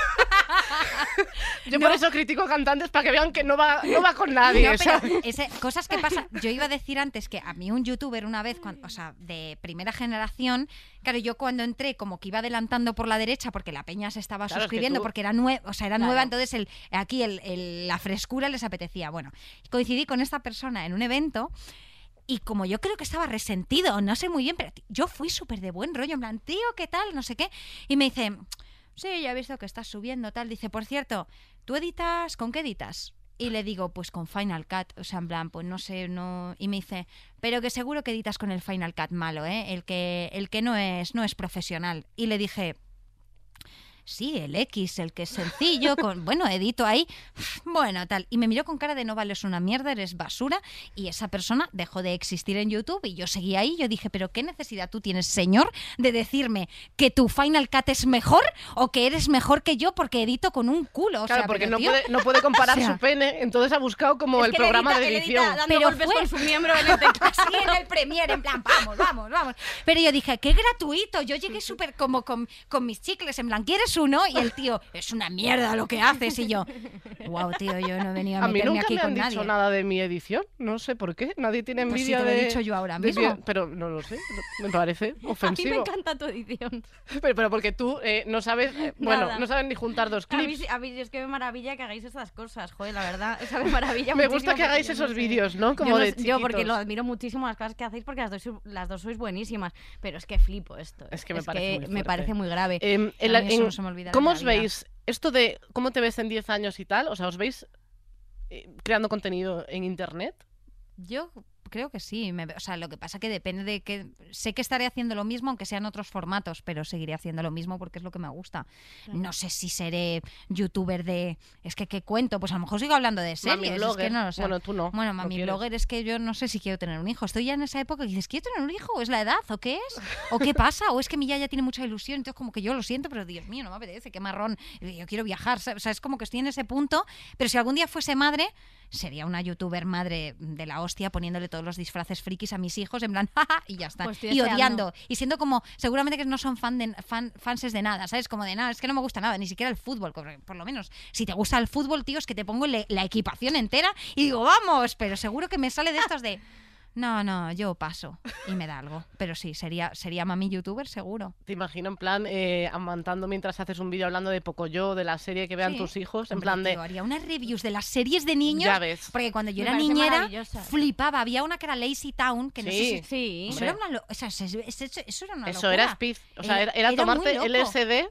B: Yo por eso critico cantantes para que vean que no va con nadie.
D: No,
B: o sea,
D: pero cosas que pasan. Yo iba a decir antes que a mí un youtuber una vez, o sea, de primera generación, claro, yo cuando entré como que iba adelantando por la derecha porque la peña se estaba
B: Claro, es que
D: suscribiendo
B: tú-
D: porque era nueva, o sea, era
C: Claro.
D: nueva, entonces la frescura les apetecía. Bueno, coincidí con esta persona en un evento. Y como yo creo que estaba resentido, no sé muy bien, pero yo fui súper de buen rollo, en plan, tío, ¿qué tal? No sé qué. Y me dice, sí, ya he visto que estás subiendo, tal. Dice, por cierto, ¿tú editas? ¿Con qué editas? Y le digo, pues con Final Cut. O sea, en plan, pues no sé, no. Y me dice, pero que seguro que editas con el Final Cut malo, ¿eh? El que no es profesional. Y le dije, sí, el X, el que es sencillo, bueno, edito ahí, bueno, tal. Y me miró con cara de no vales una mierda, eres basura. Y esa persona dejó de existir en YouTube y yo seguí ahí. Yo dije, pero ¿qué necesidad tú tienes, señor, de decirme que tu Final Cut es mejor o que eres mejor que yo porque edito con un culo? O
B: claro,
D: sea,
B: porque
D: pero,
B: no
D: tío,
B: puede, no puede comparar
D: o sea,
B: su pene, entonces ha buscado como
C: Es
B: el
C: que
B: programa
C: él
B: de
C: edita
B: edición.
C: dando
D: Pero
C: golpes
D: fue-
C: con su miembro en el teclado.
D: así en el Premiere, en plan, vamos. Pero yo dije, qué gratuito. Yo llegué súper como con mis chicles, en plan, ¿quieres uno? Y el tío, es una mierda lo que haces. Y yo, wow, tío, yo no he venido a
B: A mí
D: meterme
B: nunca
D: aquí
B: me
D: con
B: han dicho
D: nadie.
B: nada de mi edición, no sé por qué. Nadie tiene
D: Pues sí
B: envidia
D: te lo he
B: de.
D: dicho yo ahora
B: de
D: mismo.
B: pero no lo sé, me parece
C: A mí me
B: ofensivo.
C: encanta tu edición.
B: Pero porque tú no sabes, bueno,
C: Nada.
B: no sabes ni juntar dos
C: A mí,
B: clips.
C: a mí es que me maravilla que hagáis estas cosas, joder, la verdad. O sea, me maravilla
B: Me
C: muchísimo
B: gusta que
C: porque
B: hagáis
C: yo
B: esos
C: sé.
B: vídeos, ¿no? Como
C: yo,
B: de
C: yo porque
B: chiquitos.
C: lo admiro muchísimo las cosas que hacéis porque las dos sois buenísimas, pero es que flipo esto.
B: Es que me parece muy
C: me
B: fuerte.
C: parece muy grave.
D: A mí eso no se me olvidará
B: ¿Cómo
D: en
B: os
D: la vida.
B: veis esto de cómo te ves en 10 años y tal? O sea, ¿os veis creando contenido en internet?
D: Yo creo que sí. O sea, lo que pasa que depende de que... Sé que estaré haciendo lo mismo, aunque sean otros formatos, pero seguiré haciendo lo mismo porque es lo que me gusta.
C: Claro.
D: No sé si seré youtuber de... Es que, ¿qué cuento? Pues a lo mejor sigo hablando de series.
B: Mami
D: es
B: blogger.
D: que no lo sé.
B: Bueno, tú no.
D: Bueno,
B: no
D: mami
B: quieres.
D: blogger es que yo no sé si quiero tener un hijo. Estoy ya en esa época que dices, ¿quiero tener un hijo? ¿O es la edad? ¿O qué es? ¿O qué pasa? ¿O es que mi yaya tiene mucha ilusión? Entonces como que yo lo siento, pero Dios mío, no me apetece, qué marrón. Yo quiero viajar, ¿sabes? O sea, es como que estoy en ese punto. Pero si algún día fuese madre, sería una youtuber madre de la hostia poniéndole todos los disfraces frikis a mis hijos en plan, jaja, y ya está.
C: Pues estoy
D: y
C: deseando.
D: odiando. Y siendo como, seguramente que no son fanses de nada, ¿sabes? Como de nada, es que no me gusta nada, ni siquiera el fútbol. Por lo menos, si te gusta el fútbol, tío, es que te pongo la equipación entera y digo, vamos, pero seguro que me sale de estos de... No, yo paso y me da algo. Pero sí, sería mami youtuber seguro.
B: Te imagino en plan amantando mientras haces un vídeo hablando de Pocoyo, de la serie que vean
D: Sí.
B: tus hijos, en
D: Hombre,
B: plan de...
D: tío, haría unas reviews de las series de niños.
B: Ya ves.
D: Porque cuando yo
C: Me
D: era
C: parece
D: niñera,
C: maravillosa.
D: flipaba. Había una que era Lazy Town, que no sé
B: Sí.
D: si...
C: Sí.
D: Eso era una, eso era una
B: Eso
D: locura.
B: era speed, o sea, era
D: muy
B: tomarte
D: loco.
B: LSD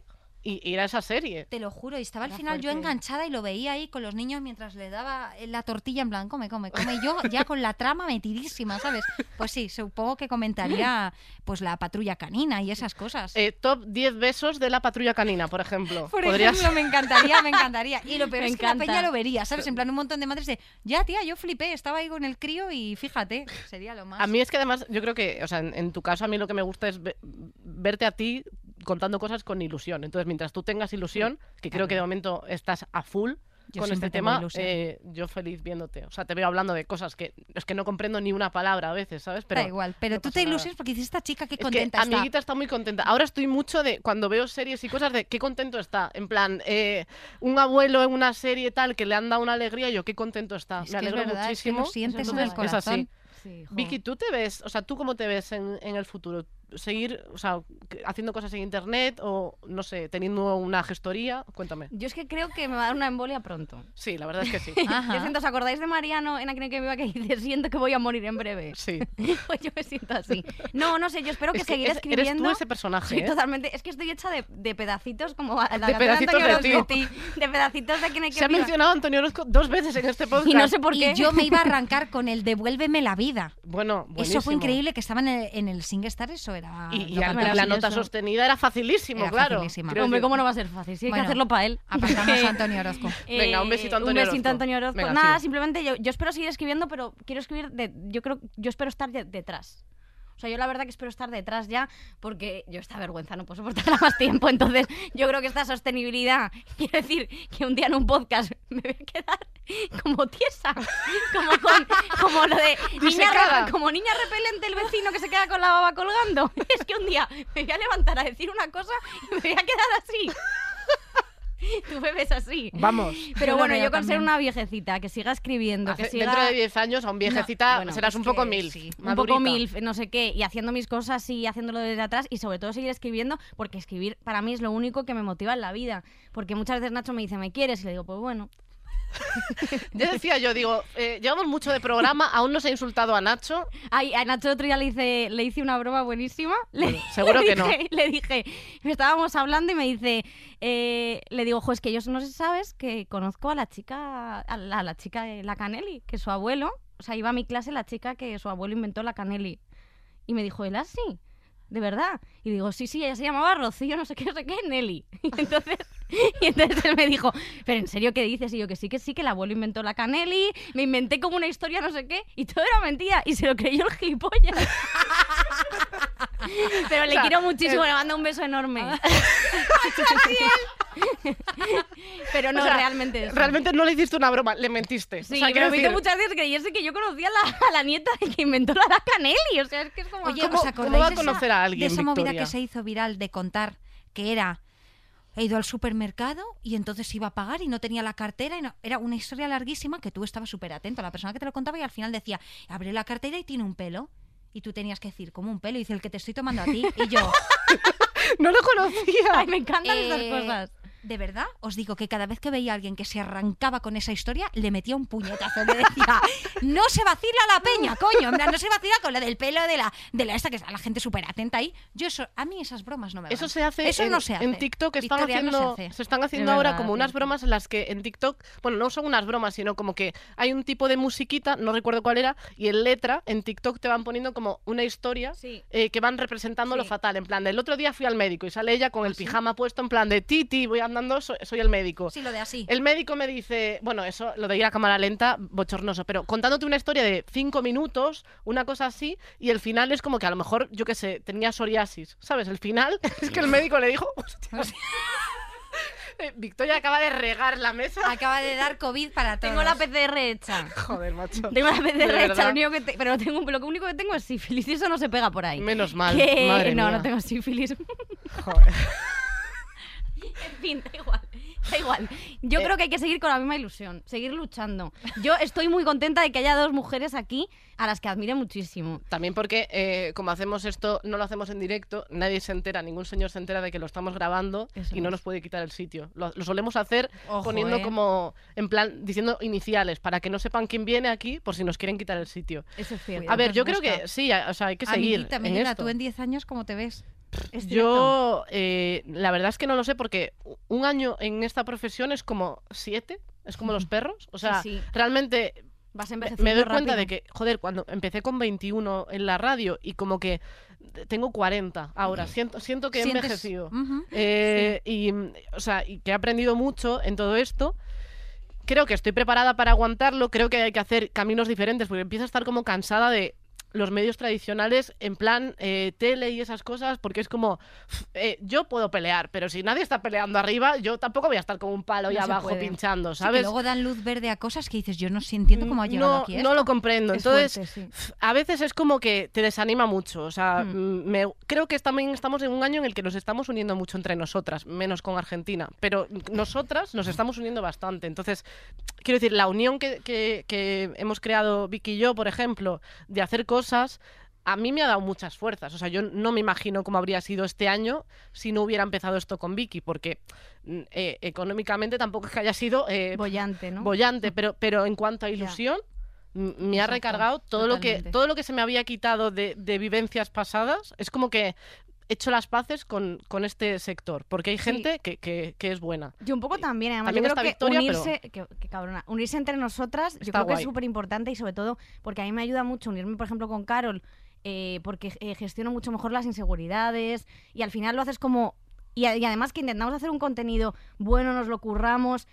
B: y ir a esa serie.
D: Te lo juro, y estaba al
C: Era
D: final yo
C: fuerte.
D: enganchada y lo veía ahí con los niños mientras le daba la tortilla en plan, come, y yo ya con la trama metidísima, ¿sabes? Pues sí, supongo que comentaría pues la patrulla canina y esas cosas.
B: Top 10 besos de la patrulla canina, por ejemplo.
D: Por
B: Podrías-
D: ejemplo, me encantaría. Y lo peor
C: Me
D: es que la
C: encanta.
D: peña lo vería, ¿sabes? En plan, un montón de madres de, ya, tía, yo flipé, estaba ahí con el crío y fíjate, sería lo más.
B: A mí es que además, yo creo que, o sea, en tu caso, a mí lo que me gusta es verte a ti contando cosas con ilusión. Entonces, mientras tú tengas ilusión, que creo que de momento estás a full
D: Yo
B: con
D: siempre
B: este
D: tengo
B: tema,
D: ilusión.
B: yo feliz viéndote. O sea, te veo hablando de cosas que es que no comprendo ni una palabra a veces, ¿sabes? Pero
D: da igual, pero
B: no
D: tú
B: pasa
D: te
B: nada.
D: ilusiones porque dices, esta chica qué
B: Es que
D: contenta está.
B: amiguita está muy contenta. Ahora estoy mucho de cuando veo series y cosas de qué contento está. En plan, un abuelo en una serie tal que le han dado una alegría y yo qué contento está.
D: Es
B: Me
D: que es
B: alegro
D: verdad, es que
B: muchísimo.
D: lo sientes
C: en el
B: Entonces, es así.
D: corazón.
C: Sí, jo.
B: Vicky, ¿tú te ves, o sea, tú cómo te ves en el futuro? ¿Seguir, o sea, haciendo cosas en internet o, no sé, teniendo una gestoría? Cuéntame.
C: Yo es que creo que me va a dar una embolia pronto.
B: Sí, la verdad es que sí.
D: Ajá.
C: Yo siento, ¿os acordáis de Mariano en aquel que viva que dice, siento que voy a morir en breve?
B: Sí.
C: Pues yo me siento así. No, no sé, yo espero que
B: Es que
C: seguiré
B: eres
C: escribiendo.
B: tú ese personaje,
C: Sí,
B: ¿eh?
C: totalmente. Es que estoy hecha de pedacitos como la
B: De
C: canción
B: pedacitos
C: Antonio
B: de ti.
C: Orozco, de pedacitos de quien hay que
B: Se ha
C: viva.
B: mencionado a Antonio Orozco 2 veces en este podcast.
C: Y no sé por qué.
D: Y yo me iba a arrancar con el Devuélveme la vida.
B: Bueno, buenísimo.
D: Eso fue increíble, que estaba en el SingStar, eso era...
B: Y
D: lo
B: la
C: maravilloso.
B: nota sostenida era facilísimo,
D: Era
B: claro.
D: facilísima.
B: Quiero
C: Hombre,
B: decir-
C: ¿cómo no va a ser fácil? Sí, hay
D: Bueno,
C: que hacerlo para él.
D: Apartamos a Antonio Orozco.
B: Venga, un besito a Antonio
C: Un besito
B: Orozco.
C: a Antonio Orozco.
B: Venga,
C: Nada,
B: sigue.
C: simplemente yo espero seguir escribiendo, pero quiero escribir yo espero estar detrás. O sea, yo la verdad que espero estar detrás ya, porque yo esta vergüenza no puedo soportarla más tiempo. Entonces, yo creo que esta sostenibilidad, quiere decir que un día en un podcast me voy a quedar como tiesa, como lo de
B: Disecada.
C: como niña repelente el vecino que se queda con la baba colgando. Es que un día me voy a levantar a decir una cosa y me voy a quedar así. Tú me ves así.
B: Vamos.
C: Pero
D: Yo lo
C: bueno,
D: veo
C: yo con ser
D: también.
C: una viejecita que siga escribiendo, que siga...
B: Dentro de 10 años, aún viejecita,
C: bueno,
B: serás
C: es
B: un poco
C: que
B: milf.
C: sí, un
B: madurita.
C: poco milf, no sé qué, y haciendo mis cosas y haciéndolo desde atrás y sobre todo seguir escribiendo, porque escribir para mí es lo único que me motiva en la vida. Porque muchas veces Nacho me dice, ¿me quieres? Y le digo, pues bueno.
B: Ya decía yo, digo, llevamos mucho de programa, aún no se ha insultado a Nacho.
C: Ay, a Nacho el otro día le hice una broma buenísima.
B: seguro
C: le
B: que no.
C: dije- Le dije, estábamos hablando y me dice, le digo, jo, es que yo no sé si sabes que conozco a la chica de la Canelli, que su abuelo, o sea, iba a mi clase la chica que su abuelo inventó la Canelli. Y me dijo, ¿él así? ¿De verdad? Y digo, sí, ella se llamaba Rocío, no sé qué, Nelly. Y entonces él me dijo, ¿pero en serio qué dices? Y yo, que sí, que el abuelo inventó la Canelli, me inventé como una historia, no sé qué, y todo era mentira, y se lo creyó el gilipollas. Pero le
B: O sea,
C: quiero muchísimo, le mando un beso enorme. Pero no,
B: O sea,
C: realmente es.
B: Realmente no le hiciste una broma, le mentiste.
C: Sí,
B: o sea,
C: pero
B: quiero
C: me hizo
B: decir,
C: muchas veces creyese que yo conocía a la nieta que inventó la Canelli. O sea, es que es como...
D: Oye,
B: ¿Cómo-
D: ¿os
B: cómo
D: acordáis
B: va a
D: de
B: conocer a alguien,
D: de esa movida
B: Victoria?
D: que se hizo viral de contar que era... He ido al supermercado y entonces iba a pagar y no tenía la cartera. Era una historia larguísima que tú estabas súper atento a la persona que te lo contaba y al final decía, abre la cartera y tiene un pelo. Y tú tenías que decir, como un pelo. Y dice, el que te estoy tomando a ti. Y yo,
B: no lo conocía.
C: Ay, me encantan
D: Eh,
C: estas cosas.
D: de verdad, os digo que cada vez que veía a alguien que se arrancaba con esa historia, le metía un puñetazo. Le decía, no se vacila la peña, coño. En plan, no se vacila con la del pelo de la esta, que está la gente súper atenta ahí. Yo a mí esas bromas no me van.
B: Eso se hace,
D: Eso no se hace.
B: en TikTok están
D: Victoria, no
B: haciendo,
D: se hace.
B: se están haciendo
C: Es
B: ahora
C: verdad,
B: como unas
C: cierto.
B: bromas en las que en TikTok, bueno, no son unas bromas, sino como que hay un tipo de musiquita, no recuerdo cuál era, y en letra, en TikTok te van poniendo como una historia
C: Sí.
B: que van representando lo
C: Sí.
B: fatal, en plan, del otro día fui al médico y sale ella con el pijama puesto en plan de Titi, voy andando, soy el médico.
D: Sí, lo de así.
B: El médico me dice, bueno, eso, lo de ir a cámara lenta, bochornoso, pero contándote una historia de 5 minutos, una cosa así, y el final es como que a lo mejor, yo qué sé, tenía psoriasis, ¿sabes? El final es que el médico le dijo, hostia, Victoria acaba de regar la mesa.
D: Acaba de dar COVID para todos.
C: Tengo la PCR hecha.
B: Joder, macho.
C: Tengo la
B: De
C: PCR hecha,
B: verdad.
C: lo único pero lo único que tengo es sífilis y eso no se pega por ahí.
B: Menos mal,
C: Que-
B: madre
C: no,
B: mía.
C: no tengo sífilis.
B: Joder.
C: En fin, da igual. Da igual. Yo creo que hay que seguir con la misma ilusión, seguir luchando. Yo estoy muy contenta de que haya dos mujeres aquí a las que admire muchísimo.
B: También porque como hacemos esto, no lo hacemos en directo, nadie se entera, ningún señor se entera de que lo estamos grabando
C: Eso
B: y no
C: es.
B: nos puede quitar el sitio. Lo solemos hacer
D: Ojo,
B: poniendo
D: ¿eh?
B: como, en plan, diciendo iniciales, para que no sepan quién viene aquí por si nos quieren quitar el sitio.
C: Eso es cierto.
B: A ver,
D: nos
B: yo creo
D: gusta.
B: que sí, o sea, hay que seguir
D: Amiguita,
B: en
D: amiguita,
B: esto.
D: tú en 10 años, ¿cómo te ves?
C: ¿Es cierto?
B: Yo, la verdad es que no lo sé, porque un año en esta profesión es como 7, es como los perros. O sea,
C: Sí.
B: realmente
C: Vas
B: me
C: envejeciendo
B: doy cuenta
C: rápido.
B: de que, joder, cuando empecé con 21 en la radio y como que tengo 40 ahora, siento que he
D: Sientes-
B: envejecido.
D: Ujú.
B: Y, o sea, y que he aprendido mucho en todo esto. Creo que estoy preparada para aguantarlo, creo que hay que hacer caminos diferentes, porque empiezo a estar como cansada de los medios tradicionales, en plan tele y esas cosas, porque es como, yo puedo pelear, pero si nadie está peleando arriba, yo tampoco voy a estar con un palo ahí
C: No se
B: abajo
C: puede.
B: pinchando,
D: Sí, que
B: ¿sabes?
D: luego dan luz verde a cosas que dices, yo no sé, entiendo cómo ha llegado aquí esto.
B: No lo comprendo.
C: Es
B: Entonces,
C: fuerte, sí.
B: a veces es como que te desanima mucho. O sea, creo que también estamos en un año en el que nos estamos uniendo mucho entre nosotras, menos con Argentina. Pero nosotras nos estamos uniendo bastante. Entonces, quiero decir, la unión que hemos creado Vicky y yo, por ejemplo, de hacer cosas, a mí me ha dado muchas fuerzas. O sea, yo no me imagino cómo habría sido este año si no hubiera empezado esto con Vicky, porque económicamente tampoco es que haya sido
C: Bollante, ¿no?
B: bollante, pero en cuanto a ilusión, me ha
C: Exacto,
B: recargado
C: totalmente.
B: todo lo que se me había quitado de vivencias pasadas. Es como que he hecho las paces con este sector, porque hay
C: Sí.
B: gente que es buena.
C: Yo un poco también, además
B: También
C: yo
B: está
C: creo que
B: Victoria,
C: unirse, qué cabrona, unirse entre nosotras, yo
B: Está
C: creo que es
B: guay.
C: súper importante y sobre todo porque a mí me ayuda mucho unirme, por ejemplo, con Carol, porque gestiono mucho mejor las inseguridades y al final lo haces como... Y además que intentamos hacer un contenido bueno, nos lo curramos.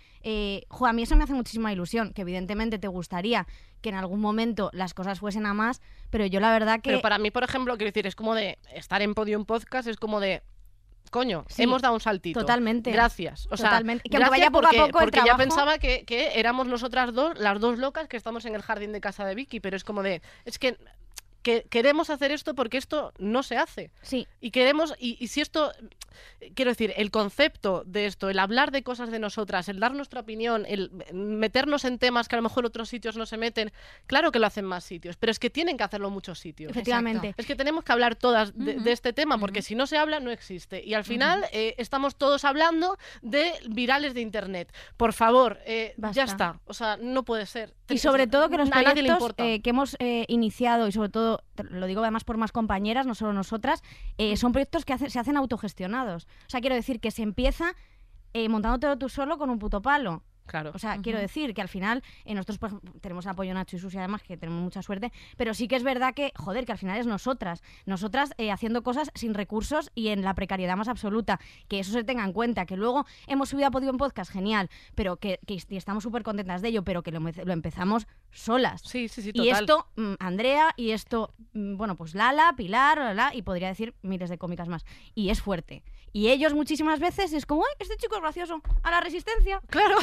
C: A mí eso me hace muchísima ilusión, que evidentemente te gustaría que en algún momento las cosas fuesen a más, pero yo la verdad que...
B: Pero para mí, por ejemplo, quiero decir, es como de estar en Podium Podcast, es como de... Coño,
C: Sí,
B: hemos dado un saltito.
C: totalmente.
B: Gracias. O sea,
C: Totalmente. Y que
B: gracias
C: aunque vaya poco a
B: porque,
C: poco el
B: porque ya
C: trabajo-
B: pensaba que éramos nosotras dos, las dos locas que estamos en el jardín de casa de Vicky, pero es como de... Es que queremos hacer esto porque esto no se hace.
C: Sí,
B: Y queremos, y si esto, quiero decir, el concepto de esto, el hablar de cosas de nosotras, el dar nuestra opinión, el meternos en temas que a lo mejor otros sitios no se meten, claro que lo hacen más sitios, pero es que tienen que hacerlo muchos sitios.
C: efectivamente.
B: Es que tenemos que hablar todas de este tema, porque si no se habla, no existe. Y al final estamos todos hablando de virales de Internet. Por favor,
C: Basta.
B: ya está. O sea, no puede ser.
C: Y sobre todo que los
B: a nadie le
C: proyectos
B: importa.
C: que hemos iniciado, y sobre todo, lo digo además por más compañeras, no solo nosotras, son proyectos que se hacen autogestionados. O sea, quiero decir que se empieza montándote tú solo con un puto palo.
B: Claro.
C: O sea, quiero decir que al final nosotros por ejemplo, tenemos el apoyo de Nacho y Susi además, que tenemos mucha suerte, pero sí que es verdad que, joder, que al final es nosotras haciendo cosas sin recursos y en la precariedad más absoluta, que eso se tenga en cuenta, que luego hemos subido a Podium Podcast, genial, pero que y estamos súper contentas de ello, pero que lo empezamos solas.
B: Sí, sí, sí,
C: Y
B: total.
C: esto, Andrea, y esto, bueno, pues Lala, Pilar, y podría decir miles de cómicas más. Y es fuerte. Y ellos muchísimas veces es como, ¡ay, este chico es gracioso! ¡A la resistencia!
B: Claro.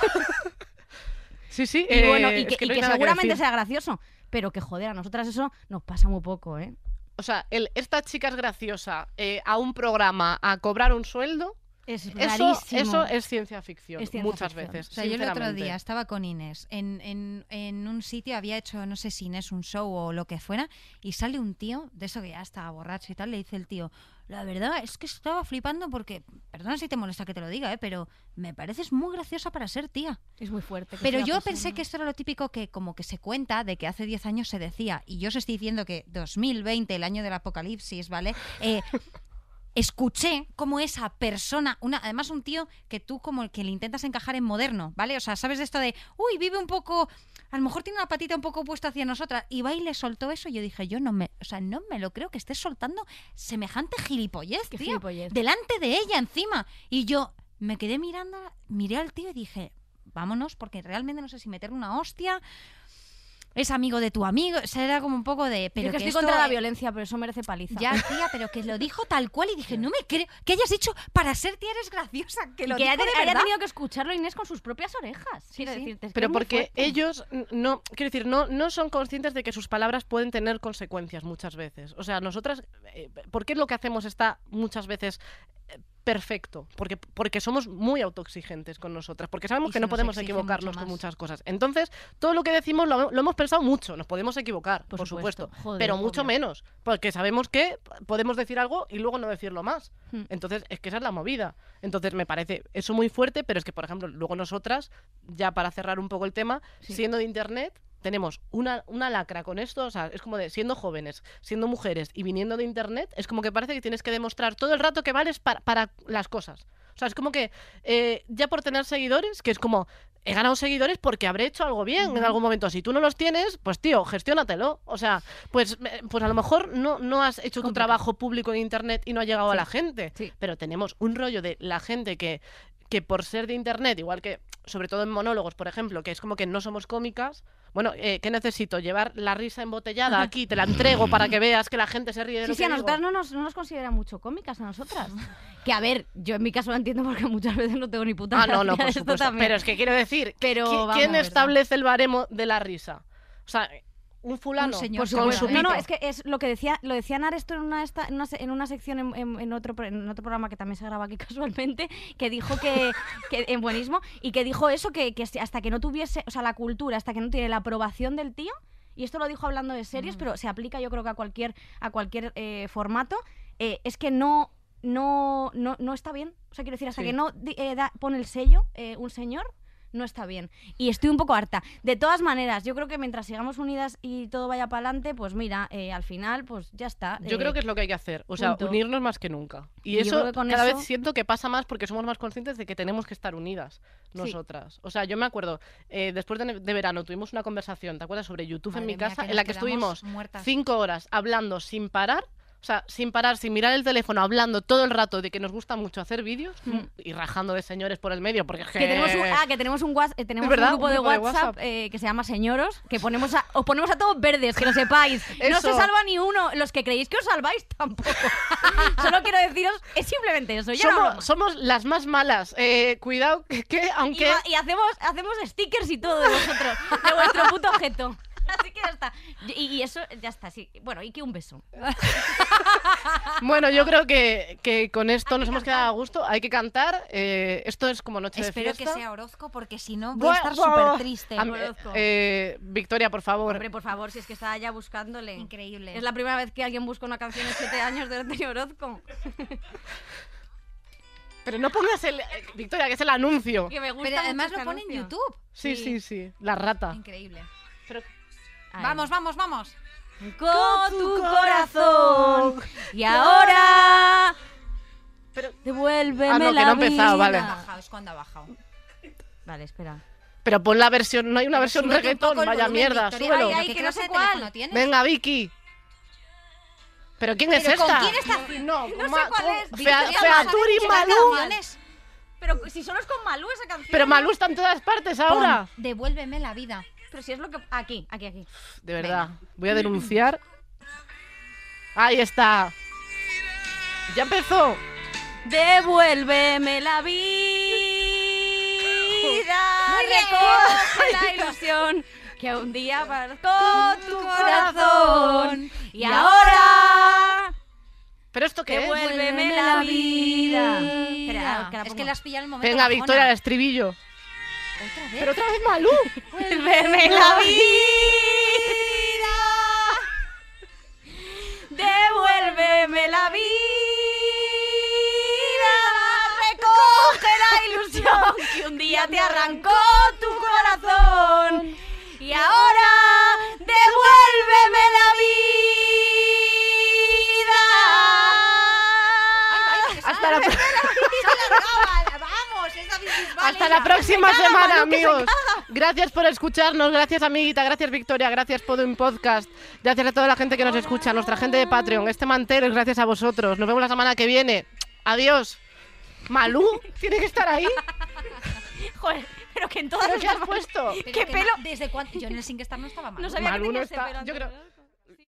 B: Sí, sí.
C: Y bueno, y
B: es
C: que,
B: no
C: y
B: hay
C: que
B: nada
C: seguramente
B: decir.
C: sea gracioso. Pero que, joder, a nosotras eso nos pasa muy poco, ¿eh?
B: O sea, esta chica es graciosa a un programa a cobrar un sueldo,
C: Es
B: eso
C: rarísimo.
B: es ciencia ficción.
C: Es ciencia
B: muchas
C: ficción.
B: veces.
D: O sea, yo el otro
B: sinceramente.
D: día estaba con Inés en un sitio, había hecho, no sé si Inés un show o lo que fuera, y sale un tío, de eso que ya estaba borracho y tal, le dice el tío, la verdad es que estaba flipando porque, perdona si te molesta que te lo diga, pero me pareces muy graciosa para ser tía.
C: Es muy fuerte. que
D: Pero
C: siga
D: yo
C: pasando.
D: pensé que esto era lo típico que como que se cuenta de que hace 10 años se decía, y yo os estoy diciendo que 2020, el año del apocalipsis, ¿vale? Escuché cómo esa persona, además un tío que tú como que le intentas encajar en moderno, ¿vale? O sea, sabes de esto de, uy, vive un poco, a lo mejor tiene una patita un poco puesta hacia nosotras, y va y le soltó eso, y yo dije, no me lo creo que estés soltando semejante gilipollez,
C: Qué
D: tío,
C: gilipollez.
D: delante de ella encima. Y yo me quedé mirando, miré al tío y dije, vámonos, porque realmente no sé si meterle una hostia. Es amigo de tu amigo, o sea, era como un poco de... Pero
C: Yo que estoy
D: esto,
C: contra la violencia, pero eso merece paliza.
D: ya, tía, pero que lo dijo tal cual y dije, no me creo que hayas dicho, para ser tía eres graciosa, que lo
C: que
D: dijo
C: haya,
D: de
C: haya
D: verdad.
C: tenido que escucharlo Inés con sus propias orejas. Quiero
D: sí.
C: decirte, es que
B: Pero
C: es muy
B: porque
C: fuerte.
B: ellos no, quiero decir, no son conscientes de que sus palabras pueden tener consecuencias muchas veces. O sea, nosotras, ¿por qué lo que hacemos está muchas veces perfecto? Porque somos muy autoexigentes con nosotras, porque sabemos
D: Y
B: que
D: se
B: no
D: nos
B: podemos
D: exige
B: equivocarnos
D: mucho
B: con
D: más.
B: muchas cosas. Entonces, todo lo que decimos lo hemos pensado mucho, nos podemos equivocar, por supuesto,
C: Joder,
B: pero mucho
C: obvio.
B: menos, porque sabemos que podemos decir algo y luego no decirlo más.
C: Hmm.
B: Entonces, es que esa es la movida. Entonces, me parece eso muy fuerte, pero es que, por ejemplo, luego nosotras, ya para cerrar un poco el tema,
C: Sí.
B: siendo de Internet, tenemos una lacra con esto, o sea, es como de siendo jóvenes, siendo mujeres y viniendo de internet, es como que parece que tienes que demostrar todo el rato que vales para las cosas. O sea, es como que ya por tener seguidores, que es como, he ganado seguidores porque habré hecho algo bien en algún momento. Si tú no los tienes, pues tío, gestiónatelo. O sea, pues a lo mejor no has hecho tu trabajo público en internet y no ha llegado a la gente.
C: Sí.
B: Pero tenemos un rollo de la gente que por ser de internet, igual que sobre todo en monólogos, por ejemplo, que es como que no somos cómicas. Bueno, ¿qué necesito? ¿Llevar la risa embotellada aquí? Te la entrego para que veas que la gente se ríe de lo que
C: a
B: digo.
C: nosotras no nos consideran mucho cómicas a nosotras. Que a ver, yo en mi caso lo entiendo porque muchas veces no tengo ni puta
B: Ah, no,
C: gracia
B: por
C: esto
B: supuesto.
C: también.
B: Pero es que quiero decir,
C: Pero vamos,
B: ¿quién
C: ¿verdad?
B: establece el baremo de la risa? O sea, un fulano
D: Un señor,
B: con su
C: No,
B: pito.
C: es que es lo que decía Nar esto en una sección en otro programa que también se graba aquí casualmente, que dijo que en Buenismo, y que dijo eso, que hasta que no tuviese, o sea, la cultura, hasta que no tiene la aprobación del tío, y esto lo dijo hablando de series, pero se aplica yo creo que a cualquier formato, es que no está bien. O sea, quiero decir, hasta
B: Sí.
C: que no pone el sello un señor, no está bien. Y estoy un poco harta. De todas maneras, yo creo que mientras sigamos unidas y todo vaya para adelante, pues mira, al final, pues ya está.
B: Yo creo que es lo que hay que hacer, o sea,
C: punto.
B: unirnos más que nunca. Y
C: Y yo
B: eso
C: creo que con
B: cada
C: eso-
B: vez siento que pasa más porque somos más conscientes de que tenemos que estar unidas nosotras. O sea, yo me acuerdo, después de verano tuvimos una conversación, ¿te acuerdas? Sobre YouTube en
D: Madre
B: mi
D: mía,
B: casa,
D: que
B: en la
D: nos
B: que
D: quedamos
B: estuvimos
D: muertas.
B: 5 horas hablando sin parar. O sea, sin parar, sin mirar el teléfono, hablando todo el rato de que nos gusta mucho hacer vídeos y rajando de señores por el medio, porque es
C: Que tenemos tenemos un
B: verdad,
C: grupo de WhatsApp que se llama Señoros, que os ponemos a todos verdes, que lo sepáis. No
B: Eso.
C: se salva ni uno. Los que creéis que os salváis, tampoco. Solo quiero deciros, es simplemente eso. Ya no hablo
B: somos las más malas. Cuidado, que aunque...
C: más. Y hacemos stickers y todo de vosotros, de vuestro puto objeto. Así que ya está. Y eso, ya está, sí. Bueno, y que un beso.
B: Bueno, yo creo que con esto nos hemos quedado a gusto. Hay que cantar. Esto es como noche
D: Espero
B: de
D: que
B: fiesta.
D: sea Orozco porque si no voy a estar
B: Buah,
D: súper triste.
C: Orozco.
B: Victoria, por favor.
C: Hombre, por favor, si es que estaba ya buscándole.
D: Increíble.
C: Es la primera vez que alguien busca una canción en 7 años de Antonio Orozco.
B: Pero no pongas el... Victoria, que es el anuncio.
C: Que me gusta
D: Pero
C: mucho
D: además
C: este
D: lo pone en
C: anuncio.
D: YouTube.
B: Sí. La rata.
D: Increíble.
B: Pero...
C: A ver.
D: Vamos.
C: Con tu corazón. Y ahora
B: Pero,
C: devuélveme
B: Ah, no, que
C: la
B: no ha empezado,
C: vida.
B: vale.
D: Es cuando ha bajado.
C: Vale, espera.
B: pero pon la versión... No hay una
D: Pero
B: versión
D: súbete un
B: reggaetón.
D: poco el
B: Vaya
D: volumen,
B: mierda,
D: Victoria.
B: súbelo.
C: Ay, ay,
D: ¿Qué
C: que no
D: clase
C: sé
D: de
C: cuál.
D: teléfono tienes?
B: Venga, Vicky. ¿Pero quién es
D: ¿Pero
B: esta?
D: con quién está haciendo?
B: No,
C: No sé cuál es.
D: Victoria,
B: Featuri
D: ¿no sabes
B: Malú.
D: qué canciones?
C: Pero si solo es con Malú esa canción.
B: Pero Malú está en todas partes ahora.
D: Pon, devuélveme la vida.
C: Pero si es lo que... Aquí.
B: De verdad. Voy a denunciar. Ahí está. Ya empezó.
C: Devuélveme la vida. Recoge la ilusión que un día marcó tu corazón. Y ahora
B: ¿Pero esto qué es?
C: devuélveme la vida. Espera,
D: Es que
C: pongo.
D: la has pillado en el momento.
B: Venga,
D: bajona.
B: Victoria, el estribillo.
D: ¿Otra vez?
B: Pero otra vez Malú.
C: Devuélveme la vida. Devuélveme la vida. Recoge la ilusión que un día te arrancó tu corazón. Y ahora devuélveme la vida.
B: Hasta la,
D: Vamos, es David Bisbal.
B: hasta la próxima
C: caga,
B: semana,
C: Malú, que se
B: amigos. Gracias por escucharnos, gracias amiguita, gracias Victoria, gracias Podum Podcast, gracias a toda la gente que nos escucha, nuestra gente de Patreon. Este mantel es gracias a vosotros. Nos vemos la semana que viene. Adiós. Malú, ¿tiene que estar ahí?
C: Joder, pero que en todas
B: ¿Pero qué
C: las
B: has puesto?
D: Pero
C: ¿Qué
D: que
C: pelo?
D: ¿Desde cuándo? Yo en el SingStar no estaba mal.
C: No sabía
B: Malú
C: que
B: no
C: tenías ese
B: está.
C: pelo
B: Yo
C: antes.
B: creo...